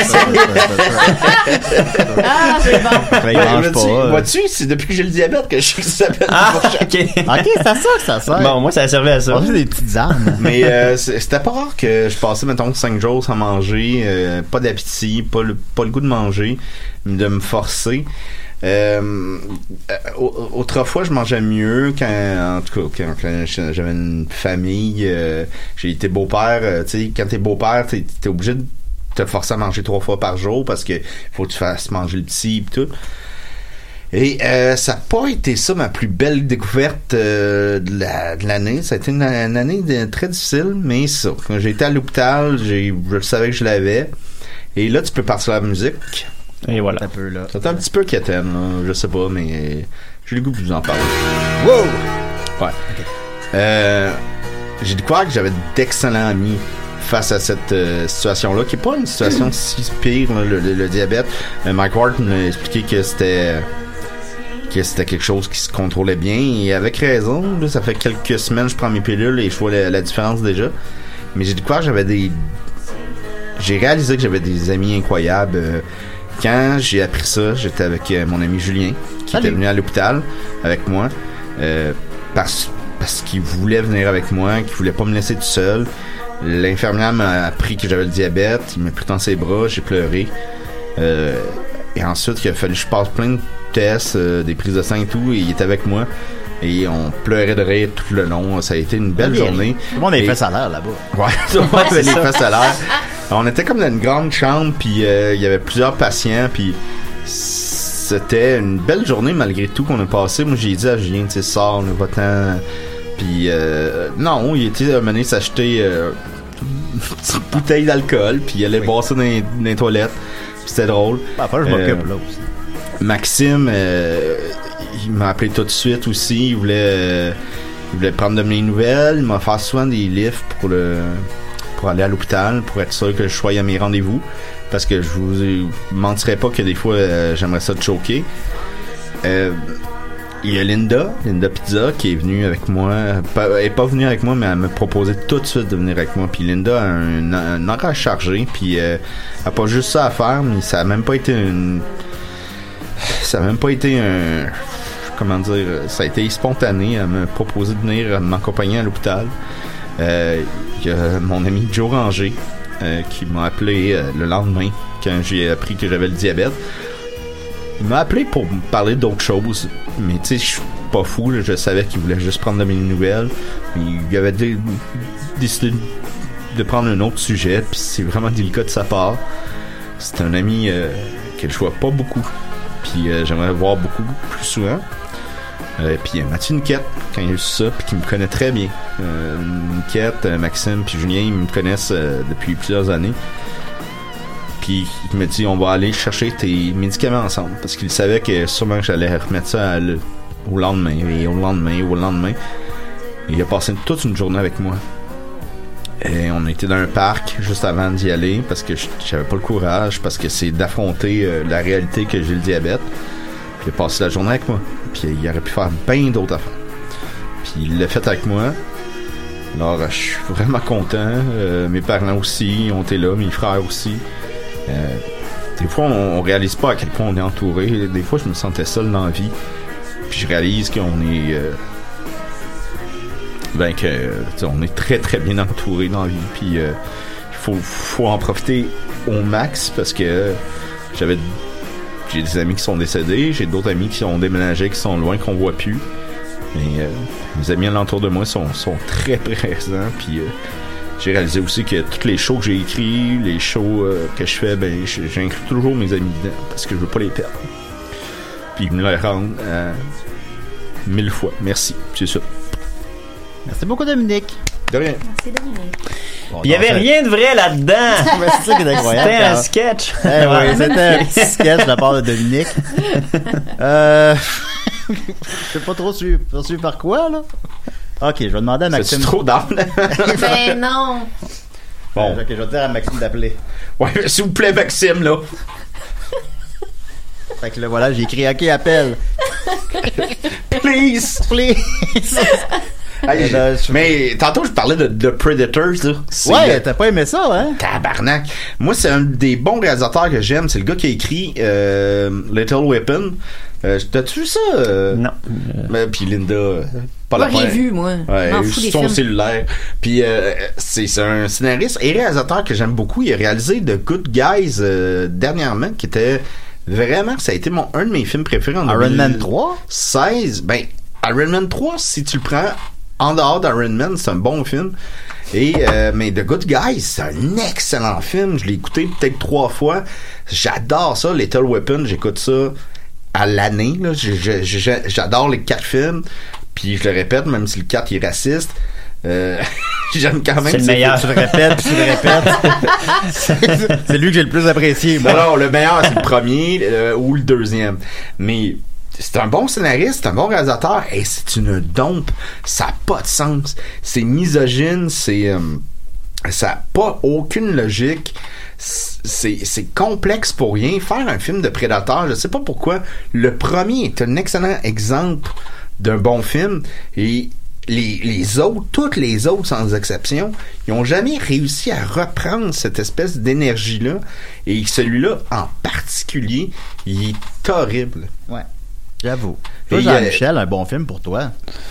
Ah, c'est bon. Après, il mange pas. euh. Vois-tu, c'est depuis que j'ai le diabète que je sais que ça s'appelle Ah, une fourchette. ok. Ok, c'est à ça que ça sert. Bon, moi, ça a servi à ça. On fait des petites armes. Mais euh, c'était pas rare que je passais, mettons, cinq jours sans manger, euh, pas d'appétit, pas le, pas le goût de manger, de me forcer. Euh, autrefois, je mangeais mieux quand, en tout cas, quand, quand j'avais une famille. Euh, j'ai été beau-père. Euh, tu sais, quand t'es beau-père, t'es, t'es obligé de te forcer à manger trois fois par jour parce que faut que tu fasses manger le petit et tout. Et euh, ça n'a pas été ça ma plus belle découverte euh, de, la, de l'année. Ça a été une, une année de, très difficile, mais ça. Quand j'ai été à l'hôpital, j'ai, je savais que je l'avais. Et là, tu peux partir à la musique. Et voilà. Un peu, là. C'est un petit peu quétaine, là. Je sais pas, mais j'ai le goût de vous en parler. Wow! Ouais. Okay. Euh, j'ai découvert que j'avais d'excellents amis face à cette euh, situation-là, qui est pas une situation si pire, là, le, le, le diabète. Euh, Mike Ward m'a expliqué que c'était que c'était quelque chose qui se contrôlait bien, et avec raison. Là, ça fait quelques semaines que je prends mes pilules et je vois la, la différence déjà. Mais j'ai découvert que j'avais des... J'ai réalisé que j'avais des amis incroyables. Euh, Quand j'ai appris ça, j'étais avec euh, mon ami Julien, qui Salut. était venu à l'hôpital avec moi, euh, parce, parce qu'il voulait venir avec moi, qu'il voulait pas me laisser tout seul. L'infirmière m'a appris que j'avais le diabète, il m'a pris dans ses bras, j'ai pleuré. Euh, et ensuite, il a fallu que je passe plein de tests, euh, des prises de sang et tout, et il était avec moi. Et on pleurait de rire tout le long. Ça a été une belle bien, journée. Tout le monde a les fesses à l'air là-bas. Ouais, tout le monde avait les fesses à l'air. On était comme dans une grande chambre, puis euh, il y avait plusieurs patients, puis c'était une belle journée malgré tout qu'on a passé. Moi, j'ai dit à Julien, tu sais, sors, là, va-t'en. Puis euh, non, il était amené s'acheter euh, une petite bouteille d'alcool, puis il allait oui. boire ça dans les, dans les toilettes. Puis c'était drôle. Bah, enfin, je m'occupe euh, là aussi. Maxime, euh, il m'a appelé tout de suite aussi. Il voulait, euh, il voulait prendre de mes nouvelles. Il m'a fait souvent des lifts pour le, pour aller à l'hôpital, pour être sûr que je sois à mes rendez-vous. Parce que je vous mentirais pas que des fois, euh, j'aimerais ça te choquer. Euh, il y a Linda, Linda Pizza, qui est venue avec moi. Pas, elle est pas venue avec moi, mais elle m'a proposé tout de suite de venir avec moi. Puis Linda a un, un horaire chargé. Puis euh, elle a pas juste ça à faire, mais ça a même pas été une... Ça a même pas été un... Comment dire... Ça a été spontané. Elle m'a proposé de venir m'accompagner à l'hôpital. Euh, il y a mon ami Joe Ranger euh, qui m'a appelé euh, le lendemain quand j'ai appris que j'avais le diabète. Il m'a appelé pour me parler d'autres choses. Mais tu sais, je suis pas fou. Là, je savais qu'il voulait juste prendre de mes nouvelles. Il avait dé- décidé de prendre un autre sujet. Puis c'est vraiment délicat de sa part. C'est un ami euh, que je vois pas beaucoup. Puis euh, j'aimerais le voir beaucoup plus souvent. Euh, puis euh, Mathieu Niquette, quand il a eu ça, puis qui me connaît très bien. Euh, Niquette, euh, Maxime, puis Julien, ils me connaissent euh, depuis plusieurs années. Puis il me dit, on va aller chercher tes médicaments ensemble. Parce qu'il savait que sûrement que j'allais remettre ça à le, au lendemain, et au lendemain, au lendemain. Et il a passé toute une journée avec moi. Et on était dans un parc juste avant d'y aller parce que j'avais pas le courage, parce que c'est d'affronter euh, la réalité que j'ai le diabète. Puis il a passé la journée avec moi. Puis il aurait pu faire bien d'autres affaires. Puis il l'a fait avec moi. Alors je suis vraiment content. Euh, mes parents aussi ont été là, mes frères aussi. Euh, des fois on, on réalise pas à quel point on est entouré. Des fois je me sentais seul dans la vie. Puis je réalise qu'on est... Euh, ben que on est très très bien entouré dans la vie, puis il euh, faut, faut en profiter au max parce que euh, j'avais j'ai des amis qui sont décédés, j'ai d'autres amis qui ont déménagé, qui sont loin, qu'on voit plus. Et euh, mes amis alentour de moi sont, sont très présents. Puis euh, j'ai réalisé aussi que toutes les shows que j'ai écrits, les shows euh, que je fais, ben j'inclus toujours mes amis dedans parce que je veux pas les perdre. Puis ils me le rendent euh, mille fois. Merci. C'est ça. Merci beaucoup, Dominique. De rien. Merci, Dominique. Bon, il y avait rien de vrai là-dedans. C'est ça qui est incroyable. C'était un sketch. Eh oui, c'était un petit sketch de la part de Dominique. Euh... Je sais pas trop suivi, suivi par quoi, là. Ok, je vais demander à Maxime. C'est trop d'âme. Ben non. Bon. Ok, je vais dire à Maxime d'appeler. Ouais, s'il vous plaît, Maxime, là. Fait que là, voilà, j'ai écrit OK, appelle. Please, please. Hey, là, je... Mais tantôt, je parlais de, de Predators, là. C'est ouais, le... t'as pas aimé ça, hein? Tabarnak. Moi, c'est un des bons réalisateurs que j'aime. C'est le gars qui a écrit euh, Little Weapon. Euh, T'as-tu vu ça? Euh... Non. Euh... Puis Linda... Euh, pas moi, la j'ai vu, moi. Ouais, m'en fous des son films. cellulaire. Puis euh, c'est, c'est un scénariste et réalisateur que j'aime beaucoup. Il a réalisé The Good Guys euh, dernièrement, qui était vraiment... Ça a été mon, un de mes films préférés en Iron Man trois? seize. Ben, Iron Man trois, si tu le prends en dehors d'Iron Man, c'est un bon film. Et euh, mais The Good Guys, c'est un excellent film. Je l'ai écouté peut-être trois fois. J'adore ça, Little Weapon. J'écoute ça à l'année. Là. Je, je, je, j'adore les quatre films. Puis je le répète, même si le quatre est raciste. Euh, j'aime quand même. C'est le meilleur. Tu le répètes, tu le répètes. c'est, c'est lui que j'ai le plus apprécié. Moi. Non, non, le meilleur, c'est le premier euh, ou le deuxième. Mais c'est un bon scénariste, c'est un bon réalisateur, et c'est une dompe. Ça n'a pas de sens. C'est misogyne, c'est... Euh, ça n'a pas aucune logique. C'est, c'est complexe pour rien. Faire un film de Prédateur, je sais pas pourquoi. Le premier est un excellent exemple d'un bon film, et les, les autres, toutes les autres sans exception, ils ont jamais réussi à reprendre cette espèce d'énergie-là, et celui-là en particulier, il est horrible. Ouais. J'avoue. Toi, Et, Jean-Michel, un bon film pour toi.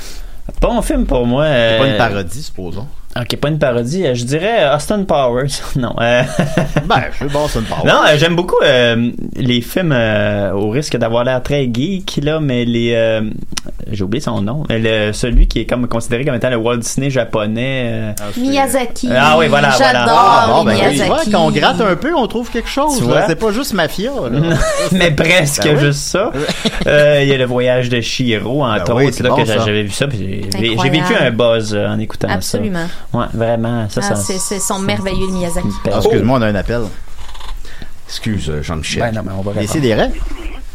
Bon film pour moi. C'est euh... pas une parodie, supposons. Ok, pas une parodie. Je dirais Austin Powers. Non. Euh... ben, je suis bon, Austin Powers. Non, euh, j'aime beaucoup euh, les films euh, au risque d'avoir l'air très geek, là, mais les... Euh, j'ai oublié son nom. Le, celui qui est comme considéré comme étant le Walt Disney japonais. Euh... Ah, Miyazaki. Ah oui, voilà, J'adore voilà. Ah, bon, les ben, Miyazaki. ouais, quand on gratte un peu, on trouve quelque chose. Tu Là. vois? C'est pas juste Mafia. Là. mais presque Ben oui. juste ça. Euh, Il y a le voyage de Chihiro, entre Ben oui, autres, c'est là, bon, que ça. j'avais vu ça. Puis j'ai, j'ai Incroyable. vécu un buzz euh, en écoutant Absolument. ça. Ouais, vraiment. Ça, Ah, ça, c'est, c'est son merveilleux Miyazaki. Ah, excuse-moi, on a un appel. Excuse, euh, Jean-Michel. Ben non, mais on va Laissez répondre. des rêves.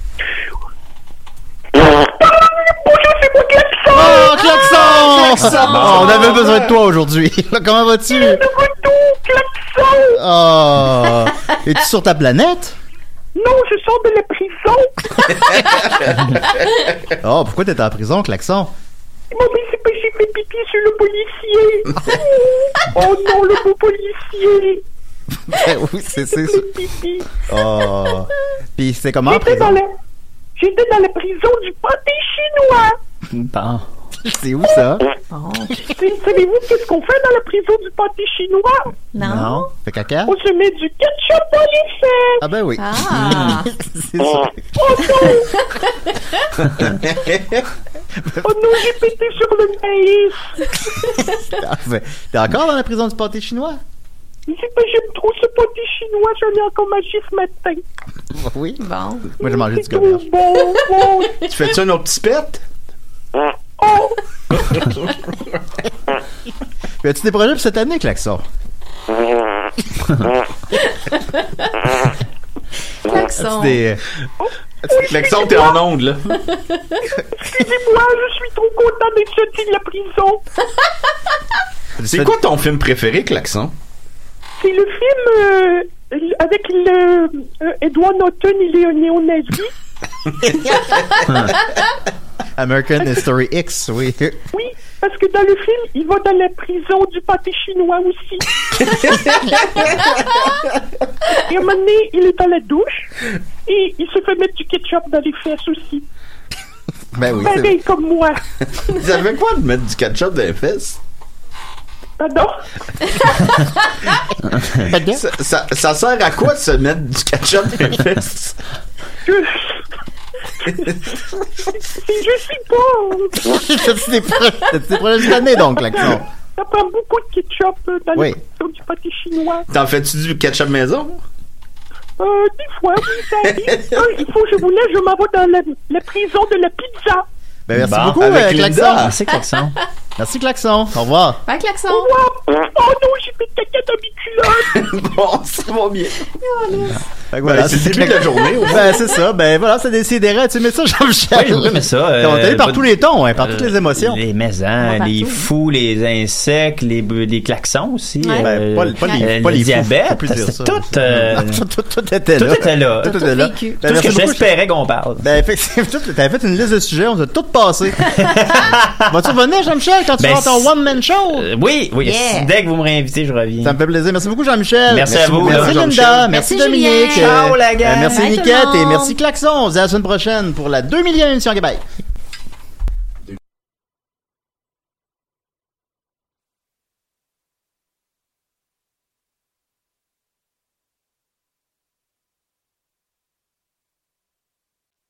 Oh, Klaxon! Oh, on avait besoin de toi aujourd'hui. Comment vas-tu? Oh! Es-tu sur ta planète? Non, je sors de la prison. Oh, pourquoi t'es en prison, Klaxon? Bon, mais c'est parce que j'ai fait pipi sur le policier. Oh non, le beau policier. Ben oui, c'est c'est ça. Pipi. Oh. Puis c'est comment en J'étais dans prison? la... J'étais dans la prison du pâté chinois. Bon. C'est où ça? C'est- Savez-vous qu'est-ce qu'on fait dans la prison du pâté chinois? Non. Fait caca? On se met du ketchup dans les fesses. Ah ben oui. Ah. C'est ça. Oh non! Oh non, j'ai pété sur le maïs. Ah, ben, t'es encore dans la prison du pâté chinois? C'est pas j'aime trop ce pâté chinois, j'en ai encore mangé ce matin. Oui. Bon. Moi, j'ai mangé du C'est trop gommage. bon, bon. Tu fais-tu un autre petit pet? Oh! Puis as-tu des projets pour cette année, Klaxon? Klaxon. As-tu des... Klaxon, t'es en onde, là. Excusez-moi, je suis trop content d'être sorti de la prison. C'est quoi ton film préféré, Klaxon? C'est le film euh, avec le euh, Edward Norton, il est un néo-nazi. American History X, oui. Oui, parce que dans le film, il va dans la prison du pâté chinois aussi. Et à un moment donné, il est dans la douche et il se fait mettre du ketchup dans les fesses aussi. Ben oui, Pareil c'est... comme moi. Vous avez quoi de mettre du ketchup dans les fesses? Pardon? ça, ça, ça sert à quoi de se mettre du ketchup dans les fesses? Je... je suis pauvre. C'est des problèmes, des problèmes cette année, donc, l'accent. Ça prend beaucoup de ketchup euh, dans Oui. le du pâté chinois. T'en fais-tu du ketchup maison? Euh, des fois, oui, ça arrive. Ah, il faut, je voulais, je m'en vais dans la, la prison de la pizza. Ben, merci Bon, beaucoup, avec euh, Linda. Klaxon. Merci, Klaxon. Merci, Klaxon. Au revoir. Bye, klaxon. Au revoir. Oh non, j'ai mis de caca dans mes culottes. Bon, ça va bien. Fait que voilà, Ben, c'est le début de la journée. au Ben, c'est ça. Ben, voilà, c'est décidéré. Tu mets ça, Jean-Michel? Oui, oui, mais ça. euh, On t'a eu par votre- tous les tons, hein, par euh, toutes les émotions. Les maisons, Bon, les partout. fous, les insectes, les, les klaxons aussi. Ouais. euh, Ben, pas, pas les, euh, pas le les fous, faut diabète, plus dire c'était ça. tout, euh, tout, tout, tout était tout là. était là. Tout était là. vécu. Ben, Tout ce merci que beaucoup. j'espérais qu'on parle. Ben, effectivement, tout- t'avais fait une liste de sujets, on a tout passé. Vas-tu revenir, Jean-Michel, quand tu Ben, vas ton si- one-man show? Euh, oui, oui. Yeah. Dès que vous me réinvitez, je reviens. Ça me fait plaisir. Merci beaucoup, Jean-Michel. Merci à vous, Merci, Jean-Michel. Linda. Merci, Merci, Dominique. Julien. Ciao, la gang. Euh, merci, Bye, tout le Niquette. Et monde. merci, Klaxon. On se dit à la semaine prochaine pour la deux millième émission Québec.